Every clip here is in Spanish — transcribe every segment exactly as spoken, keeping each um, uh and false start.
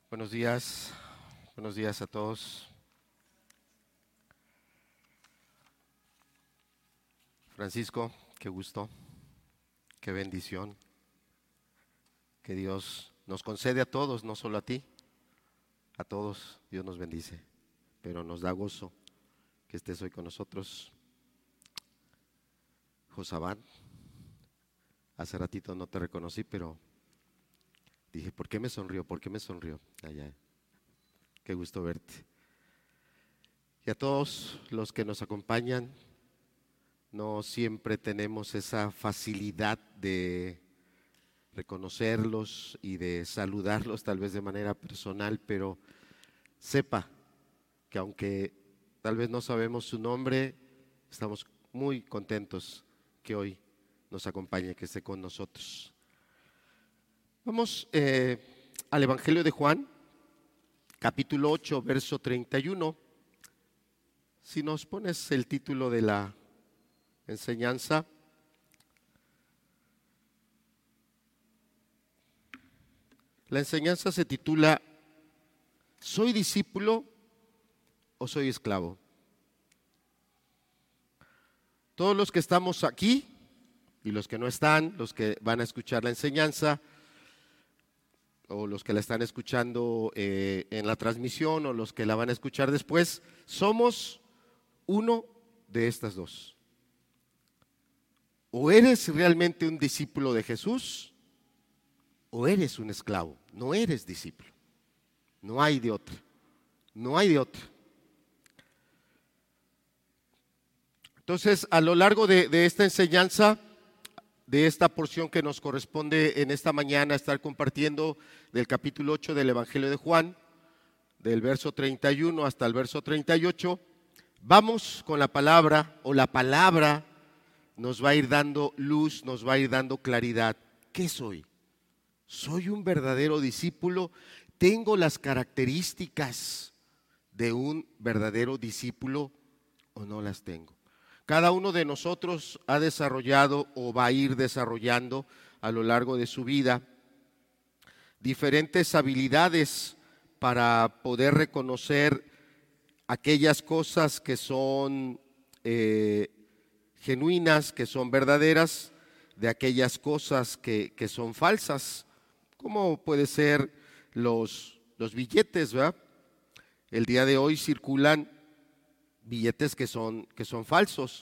Buenos días, buenos días a todos. Francisco, qué gusto, qué bendición que Dios nos concede a todos, no solo a ti, a todos Dios nos bendice, pero nos da gozo que estés hoy con nosotros. Josabán, hace ratito no te reconocí, pero dije, ¿por qué me sonrió? ¿Por qué me sonrió? Allá. Qué gusto verte. Y a todos los que nos acompañan, no siempre tenemos esa facilidad de reconocerlos y de saludarlos tal vez de manera personal, pero sepa que aunque tal vez no sabemos su nombre, estamos muy contentos que hoy nos acompañe, que esté con nosotros. Vamos eh, al Evangelio de Juan, capítulo ocho, verso treinta y uno. Si nos pones el título de la enseñanza. La enseñanza se titula ¿Soy discípulo o soy esclavo? Todos los que estamos aquí y los que no están, los que van a escuchar la enseñanza o los que la están escuchando eh, en la transmisión o los que la van a escuchar después, somos uno de estas dos. O eres realmente un discípulo de Jesús o eres un esclavo, no eres discípulo. No hay de otra, no hay de otra. Entonces, a lo largo de, de esta enseñanza, de esta porción que nos corresponde en esta mañana estar compartiendo del capítulo ocho del Evangelio de Juan, del verso treinta y uno hasta el verso treinta y ocho, vamos con la palabra, o la palabra nos va a ir dando luz, nos va a ir dando claridad. ¿Qué soy? ¿Soy un verdadero discípulo? ¿Tengo las características de un verdadero discípulo o no las tengo? Cada uno de nosotros ha desarrollado o va a ir desarrollando a lo largo de su vida diferentes habilidades para poder reconocer aquellas cosas que son eh, genuinas, que son verdaderas, de aquellas cosas que, que son falsas, como puede ser los, los billetes, ¿verdad? El día de hoy circulan billetes que son, que son falsos.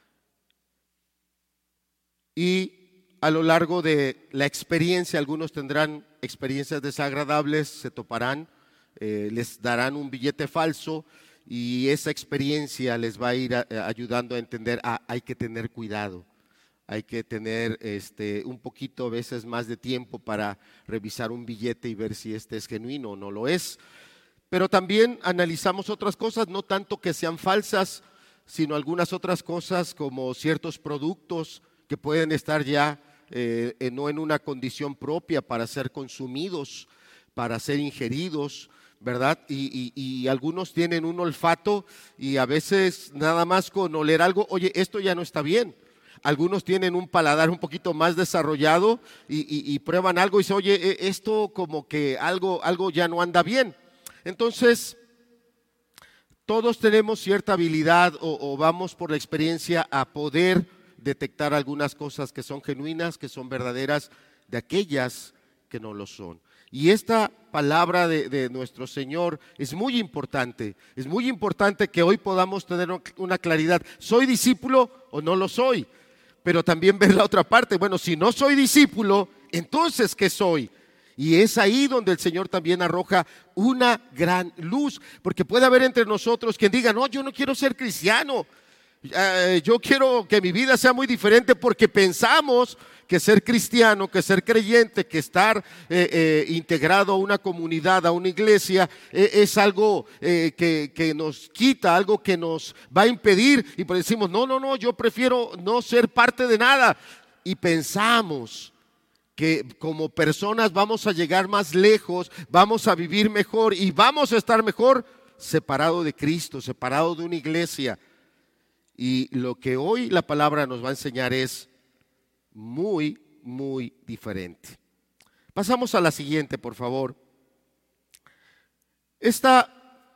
Y a lo largo de la experiencia, algunos tendrán experiencias desagradables, se toparán, eh, les darán un billete falso y esa experiencia les va a ir a, a, ayudando a entender, ah, hay que tener cuidado, hay que tener este, un poquito a veces más de tiempo para revisar un billete y ver si este es genuino o no lo es. Pero también analizamos otras cosas, no tanto que sean falsas, sino algunas otras cosas como ciertos productos que pueden estar ya eh, eh, no en una condición propia para ser consumidos, para ser ingeridos, ¿verdad? Y, y, y algunos tienen un olfato y a veces nada más con oler algo, oye, esto ya no está bien. Algunos tienen un paladar un poquito más desarrollado y, y, y prueban algo y dicen, oye, esto como que algo, algo ya no anda bien. Entonces, todos tenemos cierta habilidad o, o vamos por la experiencia a poder detectar algunas cosas que son genuinas, que son verdaderas, de aquellas que no lo son. Y esta palabra de, de nuestro Señor es muy importante, es muy importante que hoy podamos tener una claridad, ¿soy discípulo o no lo soy? Pero también ver la otra parte, bueno, si no soy discípulo, entonces ¿qué soy? Y es ahí donde el Señor también arroja una gran luz, porque puede haber entre nosotros quien diga, no, yo no quiero ser cristiano, eh, yo quiero que mi vida sea muy diferente porque pensamos que ser cristiano, que ser creyente, que estar eh, eh, integrado a una comunidad, a una iglesia, eh, es algo eh, que, que nos quita, algo que nos va a impedir y pues decimos, no, no, no, yo prefiero no ser parte de nada y pensamos que como personas vamos a llegar más lejos, vamos a vivir mejor y vamos a estar mejor separado de Cristo, separado de una iglesia. Y lo que hoy la palabra nos va a enseñar es muy, muy diferente. Pasamos a la siguiente, por favor. Esta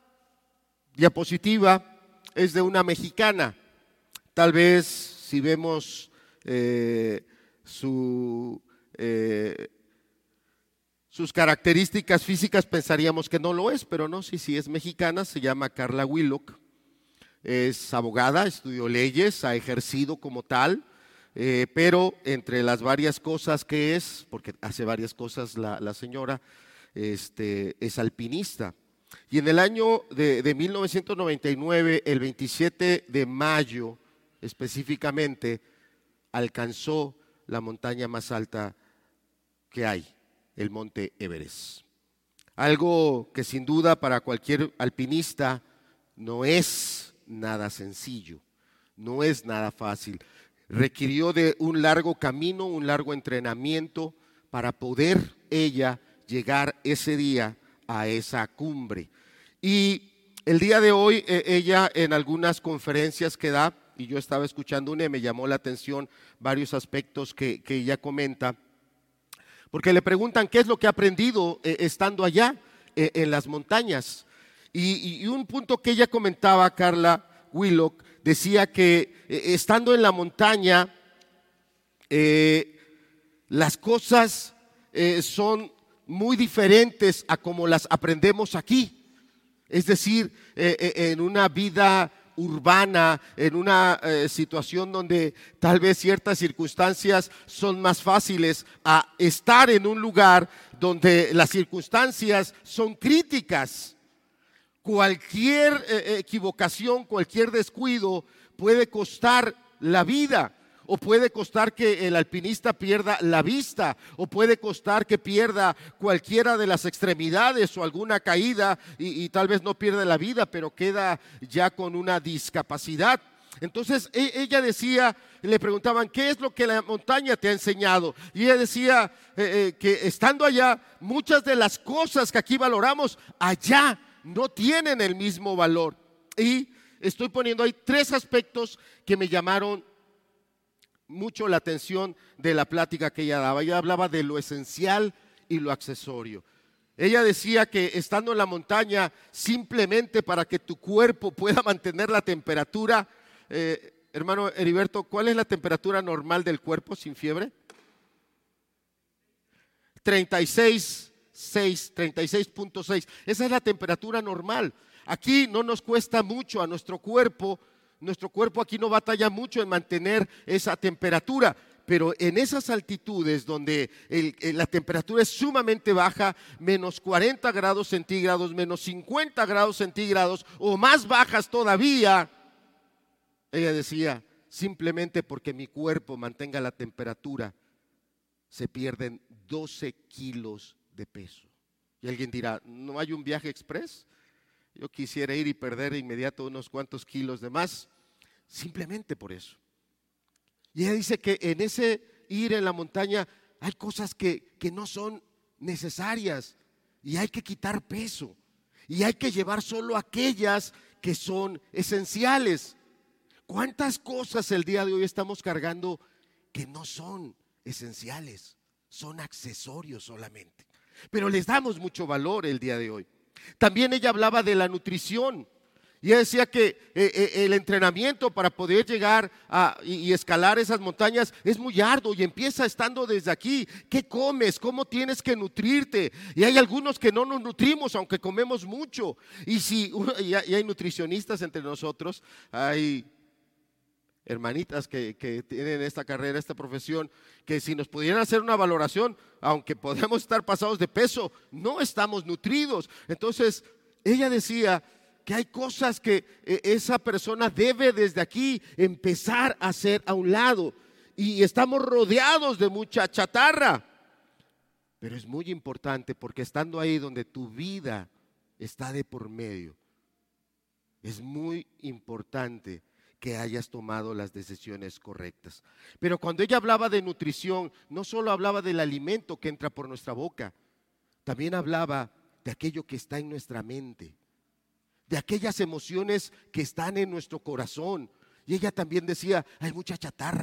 diapositiva es de una mexicana. Tal vez si vemos eh, su, eh, sus características físicas pensaríamos que no lo es, pero no, sí, sí es mexicana, se llama Carla Willock, es abogada, estudió leyes, ha ejercido como tal, eh, pero entre las varias cosas que es, porque hace varias cosas la, la señora, este, es alpinista. Y en el año de, de mil novecientos noventa y nueve, el veintisiete de mayo específicamente, alcanzó la montaña más alta que hay, el monte Everest. Algo que sin duda para cualquier alpinista no es nada sencillo, no es nada fácil. Requirió de un largo camino, un largo entrenamiento para poder ella llegar ese día a esa cumbre. Y el día de hoy eh, ella en algunas conferencias que da, y yo estaba escuchando una y me llamó la atención varios aspectos que, que ella comenta, porque le preguntan qué es lo que ha aprendido eh, estando allá eh, en las montañas. Y, y un punto que ella comentaba, Carla Willock, decía que eh, estando en la montaña, eh, las cosas eh, son muy diferentes a como las aprendemos aquí. Es decir, eh, eh, en una vida urbana, en una eh, situación donde tal vez ciertas circunstancias son más fáciles a estar en un lugar donde las circunstancias son críticas. Cualquier eh, equivocación, cualquier descuido puede costar la vida. O puede costar que el alpinista pierda la vista, o puede costar que pierda cualquiera de las extremidades o alguna caída y, y tal vez no pierde la vida, pero queda ya con una discapacidad. Entonces ella decía, le preguntaban, ¿qué es lo que la montaña te ha enseñado? Y ella decía eh, eh, que estando allá, muchas de las cosas que aquí valoramos, allá no tienen el mismo valor. Y estoy poniendo ahí tres aspectos que me llamaron mucho la atención de la plática que ella daba. Ella hablaba de lo esencial y lo accesorio. Ella decía que estando en la montaña, simplemente para que tu cuerpo pueda mantener la temperatura, eh, hermano Heriberto, ¿cuál es la temperatura normal del cuerpo sin fiebre? treinta y seis punto seis. Esa es la temperatura normal. Aquí no nos cuesta mucho a nuestro cuerpo. Nuestro cuerpo aquí no batalla mucho en mantener esa temperatura, pero en esas altitudes donde el, el, la temperatura es sumamente baja, menos cuarenta grados centígrados, menos cincuenta grados centígrados o más bajas todavía, ella decía, simplemente porque mi cuerpo mantenga la temperatura, se pierden doce kilos de peso. Y alguien dirá, ¿no hay un viaje express? Yo quisiera ir y perder de inmediato unos cuantos kilos de más, simplemente por eso. Y ella dice que en ese ir en la montaña hay cosas que, que no son necesarias y hay que quitar peso y hay que llevar solo aquellas que son esenciales. ¿Cuántas cosas el día de hoy estamos cargando que no son esenciales? Son accesorios solamente, pero les damos mucho valor el día de hoy. También ella hablaba de la nutrición y ella decía que eh, eh, el entrenamiento para poder llegar a, y, y escalar esas montañas es muy arduo y empieza estando desde aquí. ¿Qué comes? ¿Cómo tienes que nutrirte? Y hay algunos que no nos nutrimos aunque comemos mucho. Y si y hay, y hay nutricionistas entre nosotros, hay hermanitas que, que tienen esta carrera, esta profesión, que si nos pudieran hacer una valoración, aunque podemos estar pasados de peso, no estamos nutridos. Entonces ella decía que hay cosas que esa persona debe desde aquí empezar a hacer a un lado, y estamos rodeados de mucha chatarra, pero es muy importante porque estando ahí donde tu vida está de por medio, es muy importante que hayas tomado las decisiones correctas. Pero cuando ella hablaba de nutrición, no solo hablaba del alimento que entra por nuestra boca, también hablaba de aquello que está en nuestra mente, de aquellas emociones que están en nuestro corazón. Y ella también decía, hay mucha chatarra,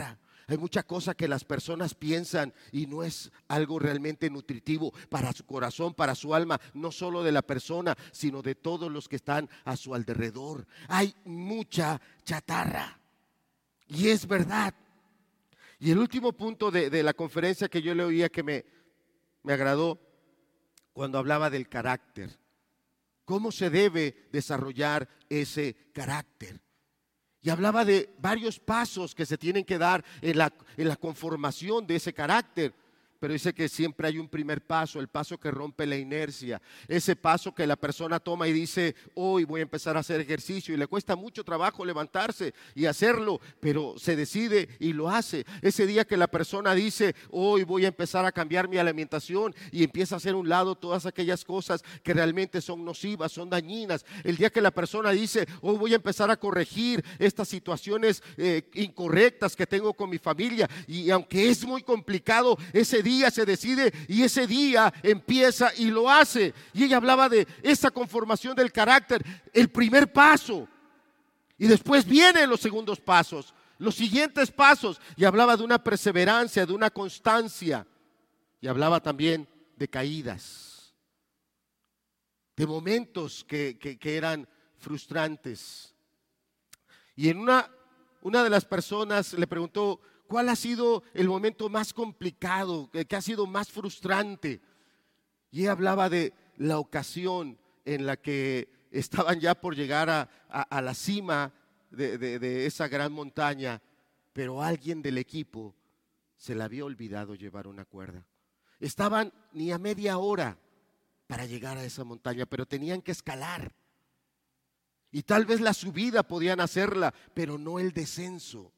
Hay mucha cosa que las personas piensan y no es algo realmente nutritivo para su corazón, para su alma, no solo de la persona, sino de todos los que están a su alrededor. Hay mucha chatarra y es verdad. Y el último punto de, de la conferencia que yo le oía que me, me agradó, cuando hablaba del carácter. ¿Cómo se debe desarrollar ese carácter? Y hablaba de varios pasos que se tienen que dar en la, en la conformación de ese carácter. Pero dice que siempre hay un primer paso, el paso que rompe la inercia. Ese paso que la persona toma y dice, hoy voy a empezar a hacer ejercicio. Y le cuesta mucho trabajo levantarse y hacerlo, pero se decide y lo hace. Ese día que la persona dice, hoy voy a empezar a cambiar mi alimentación, y empieza a hacer a un lado todas aquellas cosas que realmente son nocivas, son dañinas. El día que la persona dice, hoy voy a empezar a corregir estas situaciones eh, incorrectas que tengo con mi familia. Y aunque es muy complicado, ese día día se decide y ese día empieza y lo hace. Y ella hablaba de esa conformación del carácter, el primer paso, y después vienen los segundos pasos, los siguientes pasos, y hablaba de una perseverancia, de una constancia, y hablaba también de caídas, de momentos que, que, que eran frustrantes. Y en una, una de las personas le preguntó, ¿cuál ha sido el momento más complicado, que ha sido más frustrante? Y ella hablaba de la ocasión en la que estaban ya por llegar a, a, a la cima de, de, de esa gran montaña, pero alguien del equipo se le había olvidado llevar una cuerda. Estaban ni a media hora para llegar a esa montaña, pero tenían que escalar. Y tal vez la subida podían hacerla, pero no el descenso.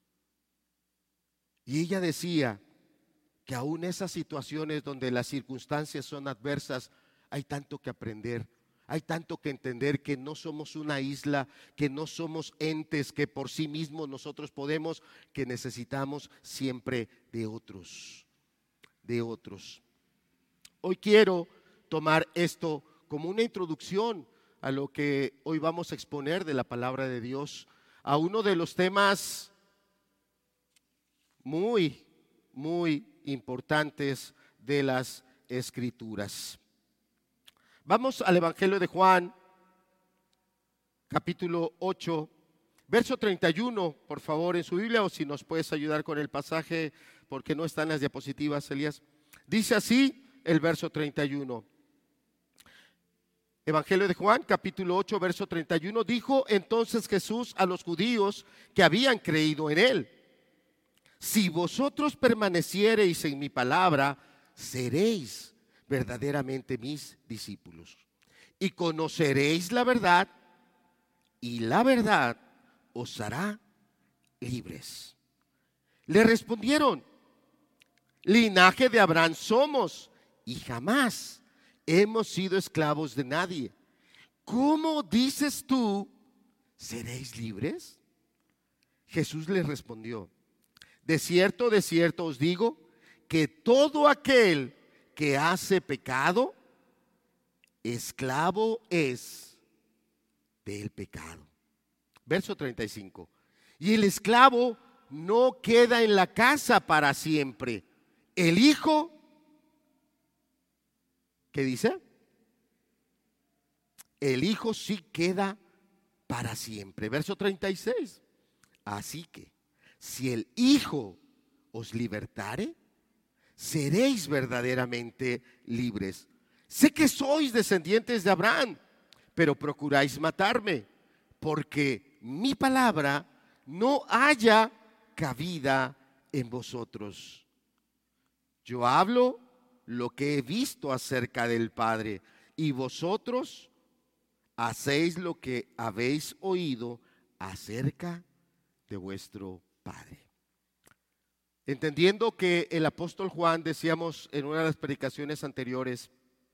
Y ella decía que aún esas situaciones donde las circunstancias son adversas, hay tanto que aprender, hay tanto que entender, que no somos una isla, que no somos entes que por sí mismos nosotros podemos, que necesitamos siempre de otros, de otros. Hoy quiero tomar esto como una introducción a lo que hoy vamos a exponer de la palabra de Dios, a uno de los temas muy, muy importantes de las Escrituras. Vamos al Evangelio de Juan, capítulo ocho, verso treinta y uno, por favor, en su Biblia, o si nos puedes ayudar con el pasaje, porque no están las diapositivas, Elías. Dice así el verso treinta y uno. Evangelio de Juan, capítulo ocho, verso treinta y uno. Dijo entonces Jesús a los judíos que habían creído en él: si vosotros permaneciereis en mi palabra, seréis verdaderamente mis discípulos, y conoceréis la verdad, y la verdad os hará libres. Le respondieron: linaje de Abraham somos, y jamás hemos sido esclavos de nadie. ¿Cómo dices tú, seréis libres? Jesús les respondió: de cierto, de cierto os digo, que todo aquel que hace pecado, esclavo es del pecado. Verso treinta y cinco. Y el esclavo no queda en la casa para siempre. El hijo, ¿qué dice? El hijo sí queda para siempre. Verso treinta y seis. Así que si el Hijo os libertare, seréis verdaderamente libres. Sé que sois descendientes de Abraham, pero procuráis matarme, porque mi palabra no haya cabida en vosotros. Yo hablo lo que he visto acerca del Padre, y vosotros hacéis lo que habéis oído acerca de vuestro Padre. Entendiendo que el apóstol Juan, decíamos en una de las predicaciones anteriores,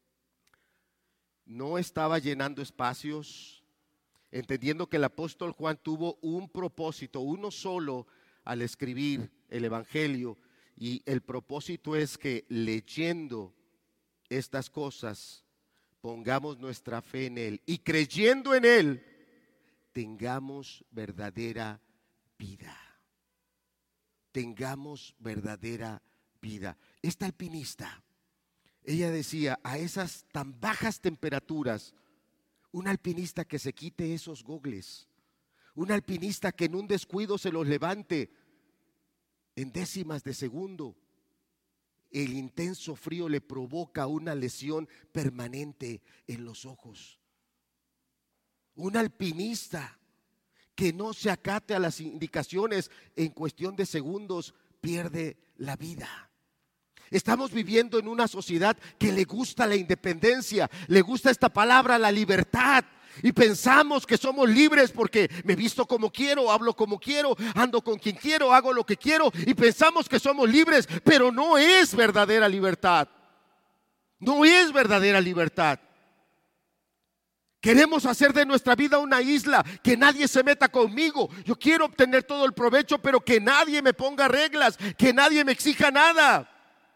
no estaba llenando espacios, entendiendo que el apóstol Juan tuvo un propósito, uno solo, al escribir el Evangelio, y el propósito es que leyendo estas cosas pongamos nuestra fe en Él, y creyendo en Él tengamos verdadera vida. tengamos verdadera vida. Esta alpinista, ella decía, a esas tan bajas temperaturas, un alpinista que se quite esos gogles, un alpinista que en un descuido se los levante en décimas de segundo, el intenso frío le provoca una lesión permanente en los ojos. Un alpinista que no se acate a las indicaciones en cuestión de segundos pierde la vida. Estamos viviendo en una sociedad que le gusta la independencia, le gusta esta palabra, la libertad. Y pensamos que somos libres porque me visto como quiero, hablo como quiero, ando con quien quiero, hago lo que quiero. Y pensamos que somos libres, pero no es verdadera libertad. No es verdadera libertad. Queremos hacer de nuestra vida una isla, que nadie se meta conmigo. Yo quiero obtener todo el provecho, pero que nadie me ponga reglas, que nadie me exija nada.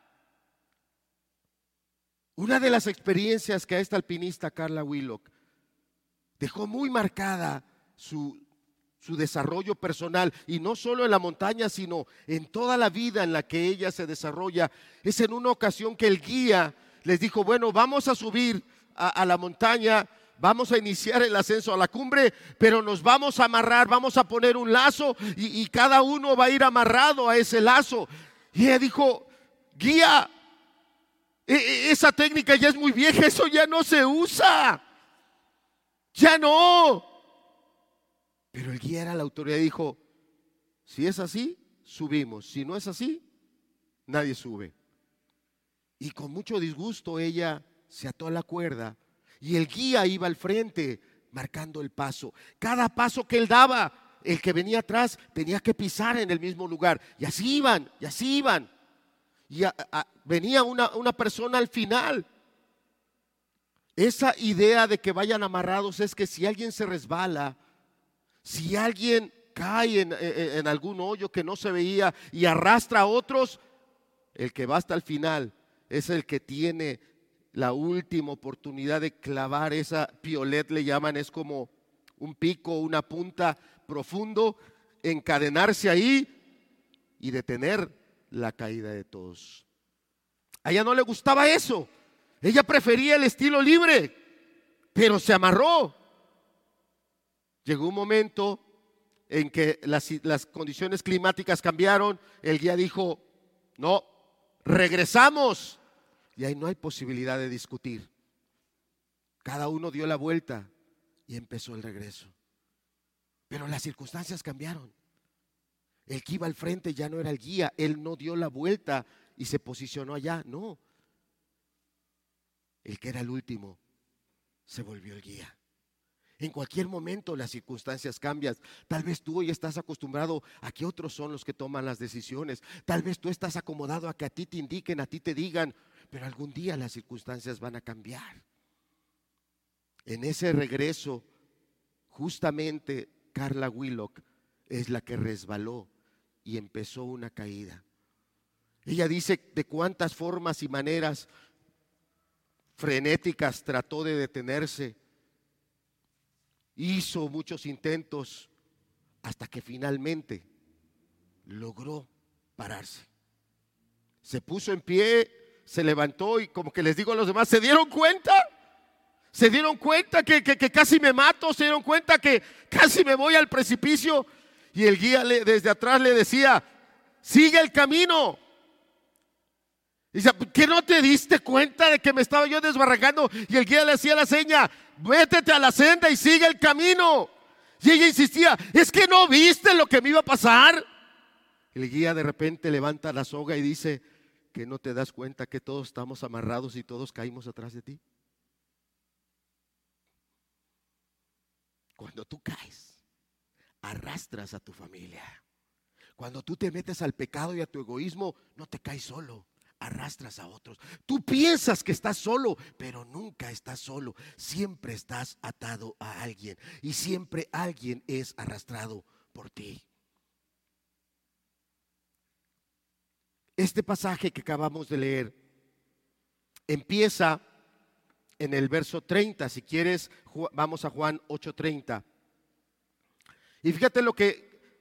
Una de las experiencias que a esta alpinista Carla Willock dejó muy marcada su, su desarrollo personal, y no solo en la montaña, sino en toda la vida en la que ella se desarrolla, es en una ocasión que el guía les dijo, bueno, vamos a subir a, a la montaña, vamos a iniciar el ascenso a la cumbre, pero nos vamos a amarrar, vamos a poner un lazo y, y cada uno va a ir amarrado a ese lazo. Y ella dijo, guía, esa técnica ya es muy vieja, eso ya no se usa, ya no. Pero el guía era la autoridad y dijo, si es así, subimos, si no es así, nadie sube. Y con mucho disgusto ella se ató a la cuerda y el guía iba al frente marcando el paso. Cada paso que él daba, el que venía atrás tenía que pisar en el mismo lugar, y así iban, y así iban. Y a, a, venía una, una persona al final. Esa idea de que vayan amarrados es que si alguien se resbala, si alguien cae en, en, en algún hoyo que no se veía y arrastra a otros, el que va hasta el final es el que tiene la última oportunidad de clavar esa piolet, le llaman, es como un pico, una punta profundo, encadenarse ahí y detener la caída de todos. A ella no le gustaba eso, ella prefería el estilo libre, pero se amarró. Llegó un momento en que las, las condiciones climáticas cambiaron, el guía dijo, no, regresamos, y ahí no hay posibilidad de discutir. Cada uno dio la vuelta y empezó el regreso, pero las circunstancias cambiaron. El que iba al frente ya no era el guía, él no dio la vuelta y se posicionó allá, no. El que era el último se volvió el guía. En cualquier momento las circunstancias cambian. Tal vez tú hoy estás acostumbrado a que otros son los que toman las decisiones. Tal vez tú estás acomodado a que a ti te indiquen, a ti te digan, pero algún día las circunstancias van a cambiar. En ese regreso, justamente Carla Willock es la que resbaló y empezó una caída. Ella dice de cuántas formas y maneras frenéticas trató de detenerse. Hizo muchos intentos hasta que finalmente logró pararse. Se puso en pie, se levantó y como que les digo a los demás, ¿se dieron cuenta? ¿Se dieron cuenta que, que, que casi me mato? ¿Se dieron cuenta que casi me voy al precipicio? Y el guía le, desde atrás le decía, sigue el camino. Y dice, ¿qué no te diste cuenta de que me estaba yo desbarrancando? Y el guía le hacía la seña, métete a la senda y sigue el camino. Y ella insistía, es que no viste lo que me iba a pasar. El guía de repente levanta la soga y dice, ¿que no te das cuenta que todos estamos amarrados y todos caímos atrás de ti? Cuando tú caes, arrastras a tu familia. Cuando tú te metes al pecado y a tu egoísmo, no te caes solo, arrastras a otros. Tú piensas que estás solo, pero nunca estás solo. Siempre estás atado a alguien y siempre alguien es arrastrado por ti. Este pasaje que acabamos de leer empieza en el verso treinta. Si quieres, vamos a Juan ocho treinta. Y fíjate lo que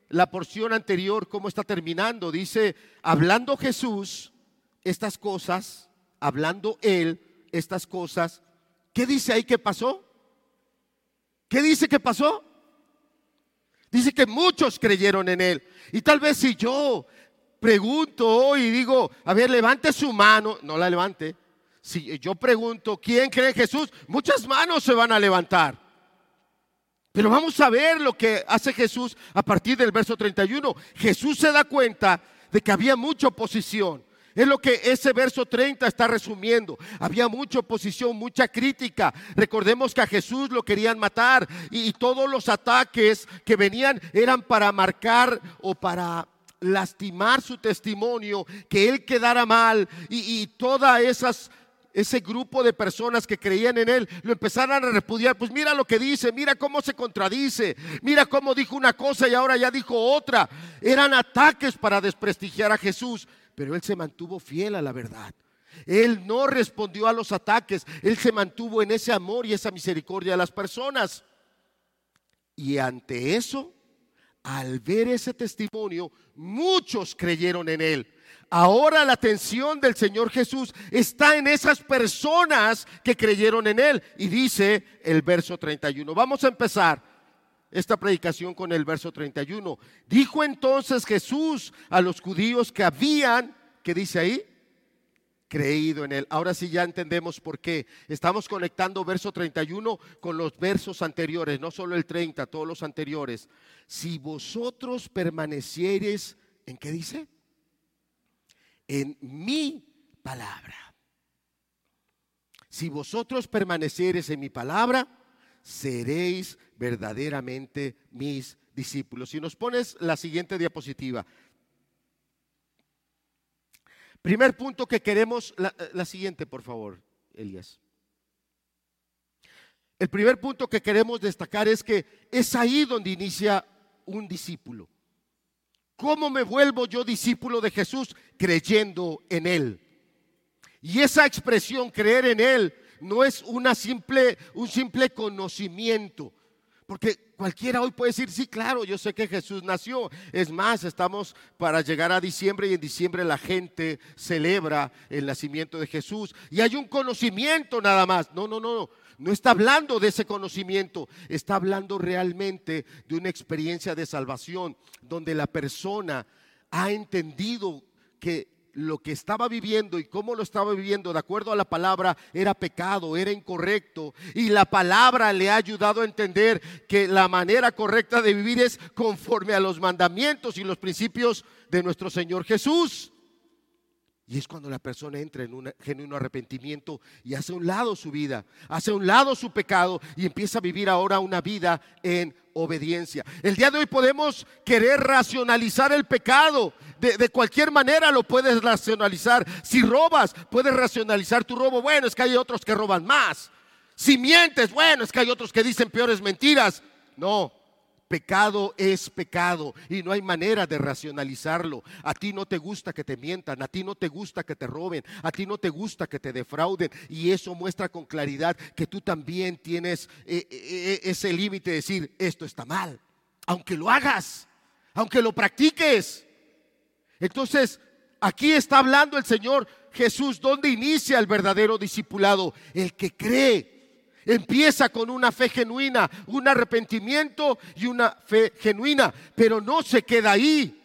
la porción anterior, cómo está terminando. Dice, hablando Jesús estas cosas, hablando Él estas cosas, ¿qué dice ahí que pasó? ¿Qué dice que pasó? Dice que muchos creyeron en Él. Y tal vez si yo pregunto hoy y digo, a ver, levante su mano, no la levante. Si yo pregunto, ¿quién cree en Jesús? Muchas manos se van a levantar. Pero vamos a ver lo que hace Jesús a partir del verso treinta y uno. Jesús se da cuenta de que había mucha oposición. Es lo que ese verso treinta está resumiendo. Había mucha oposición, mucha crítica. Recordemos que a Jesús lo querían matar y, y todos los ataques que venían eran para marcar o para lastimar su testimonio, que él quedara mal y, y todas esas ese grupo de personas que creían en él lo empezaron a repudiar. Pues mira lo que dice, mira cómo se contradice, mira cómo dijo una cosa y ahora ya dijo otra. Eran ataques para desprestigiar a Jesús, pero él se mantuvo fiel a la verdad. Él no respondió a los ataques, él se mantuvo en ese amor y esa misericordia de las personas. Y ante eso, al ver ese testimonio, muchos creyeron en él. Ahora la atención del Señor Jesús está en esas personas que creyeron en Él. Y dice el verso treinta y uno. Vamos a empezar esta predicación con el verso treinta y uno. Dijo entonces Jesús a los judíos que habían, ¿qué dice ahí? Creído en Él. Ahora sí ya entendemos por qué. Estamos conectando verso treinta y uno con los versos anteriores, no solo el treinta, todos los anteriores. Si vosotros permaneciereis, ¿en qué dice? En mi palabra. Si vosotros permaneciereis en mi palabra, seréis verdaderamente mis discípulos. Si nos pones la siguiente diapositiva. Primer punto que queremos, la, la siguiente por favor, Elías. El primer punto que queremos destacar es que es ahí donde inicia un discípulo. ¿Cómo me vuelvo yo discípulo de Jesús? Creyendo en Él. Y esa expresión, creer en Él, no es una simple, un simple conocimiento. Porque cualquiera hoy puede decir, sí, claro, yo sé que Jesús nació. Es más, estamos para llegar a diciembre y en diciembre la gente celebra el nacimiento de Jesús. Y hay un conocimiento nada más. No, no, no, no. No está hablando de ese conocimiento, está hablando realmente de una experiencia de salvación, donde la persona ha entendido que lo que estaba viviendo y cómo lo estaba viviendo de acuerdo a la palabra era pecado, era incorrecto, y la palabra le ha ayudado a entender que la manera correcta de vivir es conforme a los mandamientos y los principios de nuestro Señor Jesús. Y es cuando la persona entra en un genuino arrepentimiento y hace a un lado su vida, hace a un lado su pecado y empieza a vivir ahora una vida en obediencia. El día de hoy podemos querer racionalizar el pecado. De, de cualquier manera lo puedes racionalizar. Si robas, puedes racionalizar tu robo. Bueno, es que hay otros que roban más. Si mientes, bueno, es que hay otros que dicen peores mentiras. No. Pecado es pecado y no hay manera de racionalizarlo. A ti no te gusta que te mientan, a ti no te gusta que te roben, a ti no te gusta que te defrauden, y eso muestra con claridad que tú también tienes eh, eh, ese límite de decir esto está mal, aunque lo hagas, aunque lo practiques. Entonces aquí está hablando el Señor Jesús. ¿Dónde inicia el verdadero discipulado? El que cree. Empieza con una fe genuina, un arrepentimiento y una fe genuina, pero no se queda ahí.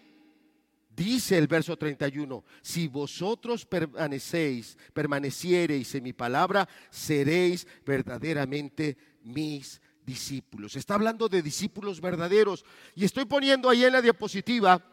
Dice el verso treinta y uno, si vosotros permanecéis, permaneciereis en mi palabra, seréis verdaderamente mis discípulos. Está hablando de discípulos verdaderos y estoy poniendo ahí en la diapositiva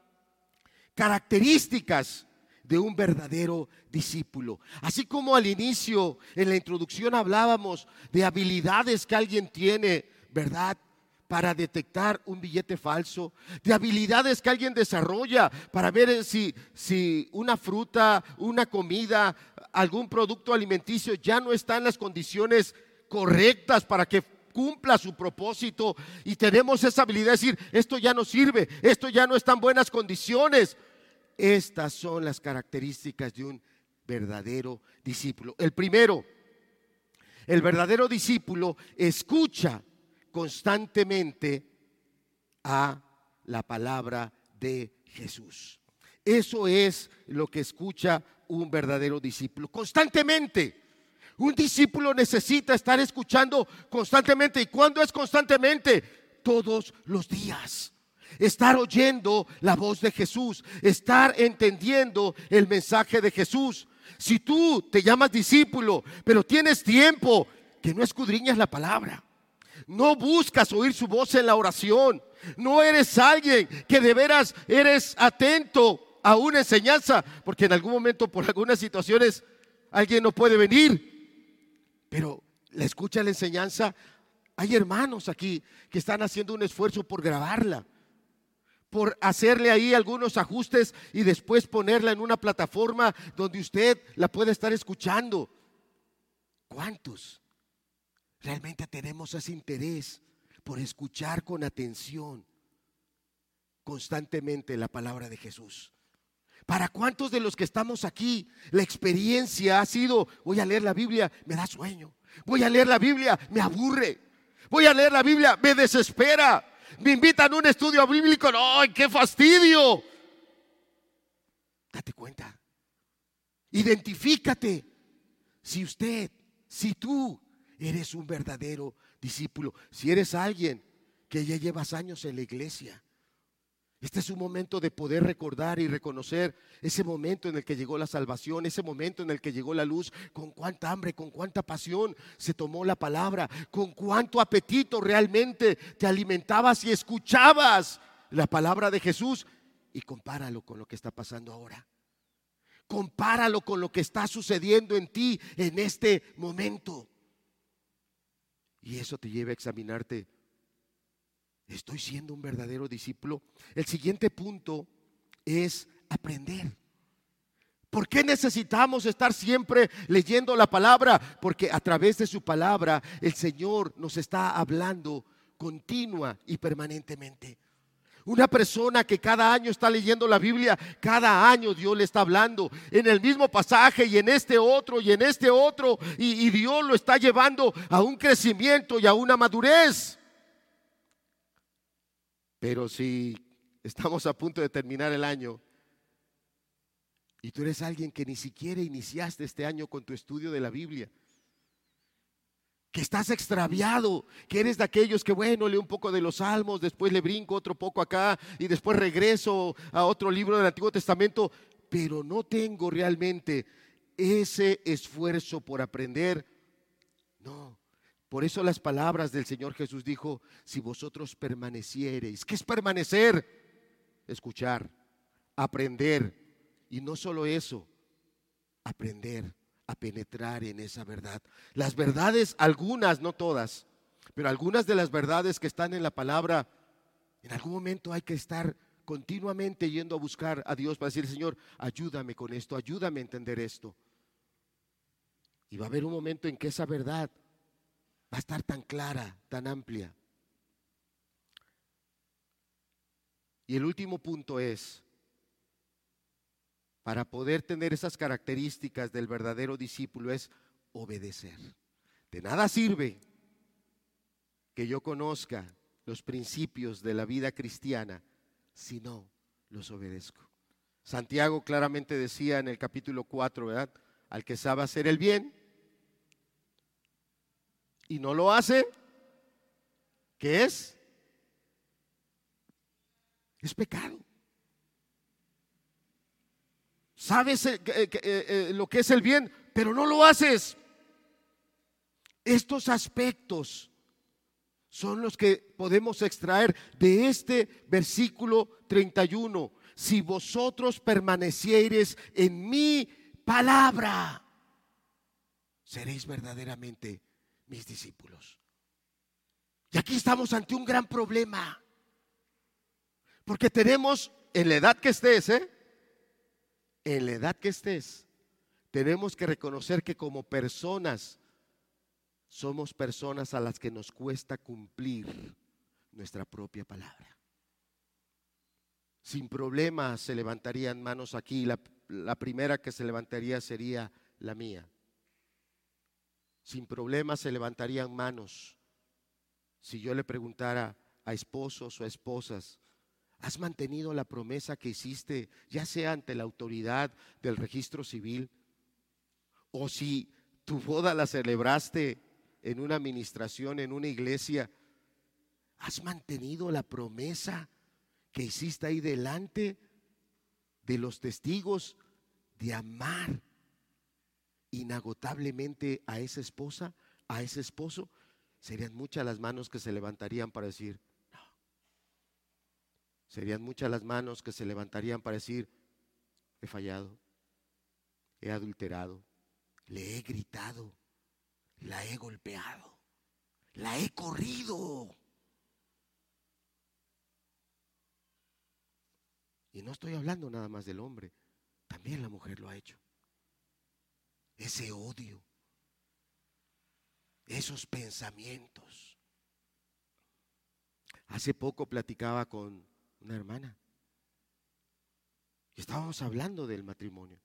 características de un verdadero discípulo. Así como al inicio, en la introducción, hablábamos de habilidades que alguien tiene, ¿verdad?, para detectar un billete falso, de habilidades que alguien desarrolla para ver si, si una fruta, una comida, algún producto alimenticio ya no está en las condiciones correctas para que cumpla su propósito, y tenemos esa habilidad de decir, esto ya no sirve, esto ya no está en buenas condiciones. Estas son las características de un verdadero discípulo. El primero, el verdadero discípulo escucha constantemente a la palabra de Jesús. Eso es lo que escucha un verdadero discípulo constantemente. Un discípulo necesita estar escuchando constantemente. ¿Y cuándo es constantemente? Todos los días. Estar oyendo la voz de Jesús, estar entendiendo el mensaje de Jesús. Si tú te llamas discípulo, pero tienes tiempo que no escudriñas la palabra, no buscas oír su voz en la oración, no eres alguien que de veras eres atento a una enseñanza, porque en algún momento por algunas situaciones alguien no puede venir, pero la escucha la enseñanza. Hay hermanos aquí que están haciendo un esfuerzo por grabarla, por hacerle ahí algunos ajustes y después ponerla en una plataforma donde usted la puede estar escuchando. ¿Cuántos realmente tenemos ese interés por escuchar con atención constantemente la palabra de Jesús? ¿Para cuántos de los que estamos aquí la experiencia ha sido: voy a leer la Biblia, me da sueño; voy a leer la Biblia, me aburre; voy a leer la Biblia, me desespera; me invitan a un estudio bíblico, ¡ay, qué fastidio! Date cuenta, identifícate. Si usted, si tú eres un verdadero discípulo, si eres alguien que ya llevas años en la iglesia, este es un momento de poder recordar y reconocer ese momento en el que llegó la salvación, ese momento en el que llegó la luz. Con cuánta hambre, con cuánta pasión se tomó la palabra, con cuánto apetito realmente te alimentabas y escuchabas la palabra de Jesús. Y compáralo con lo que está pasando ahora. Compáralo con lo que está sucediendo en ti en este momento. Y eso te lleva a examinarte. ¿Estoy siendo un verdadero discípulo? El siguiente punto es aprender. ¿Por qué necesitamos estar siempre leyendo la palabra? Porque a través de su palabra el Señor nos está hablando continua y permanentemente. Una persona que cada año está leyendo la Biblia, cada año Dios le está hablando en el mismo pasaje y en este otro y en este otro, y, y Dios lo está llevando a un crecimiento y a una madurez. Pero si estamos a punto de terminar el año y tú eres alguien que ni siquiera iniciaste este año con tu estudio de la Biblia, que estás extraviado, que eres de aquellos que bueno, leo un poco de los Salmos, después le brinco otro poco acá y después regreso a otro libro del Antiguo Testamento, pero no tengo realmente ese esfuerzo por aprender. No. Por eso las palabras del Señor Jesús dijo: si vosotros permaneciereis. ¿Qué es permanecer? Escuchar, aprender. Y no solo eso, aprender a penetrar en esa verdad. Las verdades, algunas, no todas, pero algunas de las verdades que están en la palabra, en algún momento hay que estar continuamente yendo a buscar a Dios para decir: Señor, ayúdame con esto, ayúdame a entender esto. Y va a haber un momento en que esa verdad va a estar tan clara, tan amplia. Y el último punto es: para poder tener esas características del verdadero discípulo, es obedecer. De nada sirve que yo conozca los principios de la vida cristiana si no los obedezco. Santiago claramente decía en el capítulo cuatro, ¿verdad? Al que sabe hacer el bien y no lo hace, ¿qué es? Es pecado. Sabes eh, eh, eh, lo que es el bien, pero no lo haces. Estos aspectos son los que podemos extraer de este versículo treinta y uno. Si vosotros permaneciereis en mi palabra, seréis verdaderamente mis discípulos. Y aquí estamos ante un gran problema, porque tenemos, en la edad que estés, ¿eh? en la edad que estés, tenemos que reconocer que como personas somos personas a las que nos cuesta cumplir nuestra propia palabra. Sin problema se levantarían manos aquí. La, la primera que se levantaría sería la mía. Sin problema se levantarían manos si yo le preguntara a esposos o a esposas: ¿Has mantenido la promesa que hiciste, ya sea ante la autoridad del registro civil, o si tu boda la celebraste en una administración, en una iglesia? ¿Has mantenido la promesa que hiciste ahí delante de los testigos de amar inagotablemente a esa esposa, a ese esposo? Serían muchas las manos que se levantarían para decir no. Serían muchas las manos que se levantarían para decir: he fallado, he adulterado, le he gritado, la he golpeado, la he corrido. Y no estoy hablando nada más del hombre, también la mujer lo ha hecho. Ese odio, esos pensamientos. Hace poco platicaba con una hermana y estábamos hablando del matrimonio.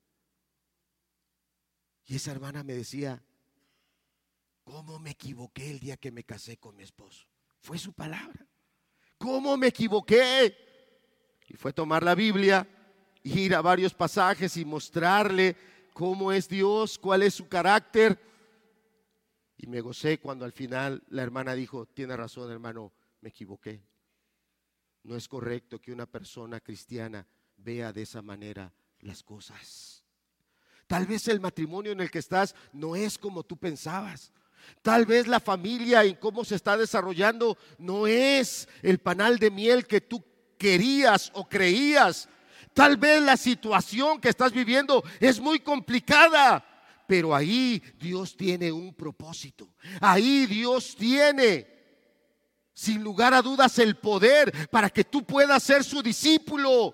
Y esa hermana me decía: ¿cómo me equivoqué el día que me casé con mi esposo? Fue su palabra. ¿Cómo me equivoqué? Y fue tomar la Biblia, ir a varios pasajes y mostrarle cómo es Dios, cuál es su carácter. Y me gocé cuando al final la hermana dijo: tiene razón, hermano, me equivoqué. No es correcto que una persona cristiana vea de esa manera las cosas. Tal vez el matrimonio en el que estás no es como tú pensabas. Tal vez la familia y cómo se está desarrollando no es el panal de miel que tú querías o creías. Tal vez la situación que estás viviendo es muy complicada, pero ahí Dios tiene un propósito. Ahí Dios tiene, sin lugar a dudas, el poder para que tú puedas ser su discípulo.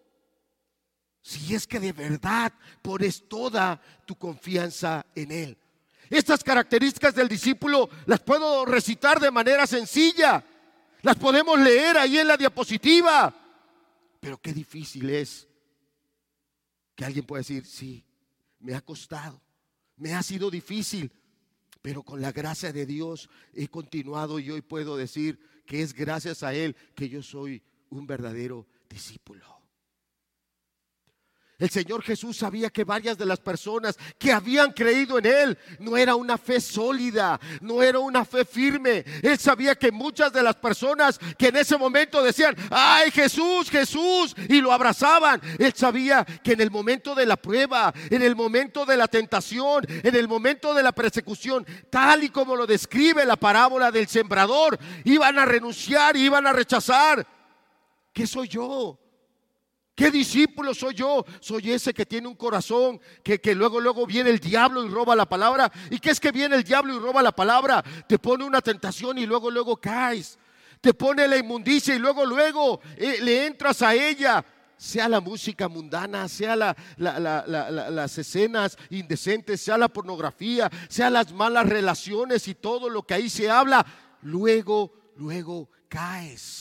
Si es que de verdad pones toda tu confianza en Él. Estas características del discípulo las puedo recitar de manera sencilla. Las podemos leer ahí en la diapositiva. Pero qué difícil es que alguien pueda decir: sí, me ha costado, me ha sido difícil, pero con la gracia de Dios he continuado y hoy puedo decir que es gracias a Él que yo soy un verdadero discípulo. El Señor Jesús sabía que varias de las personas que habían creído en Él no era una fe sólida, no era una fe firme. Él sabía que muchas de las personas que en ese momento decían: ¡ay, Jesús, Jesús!, y lo abrazaban. Él sabía que en el momento de la prueba, en el momento de la tentación, en el momento de la persecución, tal y como lo describe la parábola del sembrador, iban a renunciar, iban a rechazar. ¿Qué soy yo? ¿Qué discípulo soy yo? Soy ese que tiene un corazón que, que luego luego viene el diablo y roba la palabra. ¿Y qué es que viene el diablo y roba la palabra? Te pone una tentación y luego luego caes. Te pone la inmundicia y luego luego eh, le entras a ella. Sea la música mundana, sea la, la, la, la, la, las escenas indecentes, sea la pornografía, sea las malas relaciones y todo lo que ahí se habla. Luego, luego caes.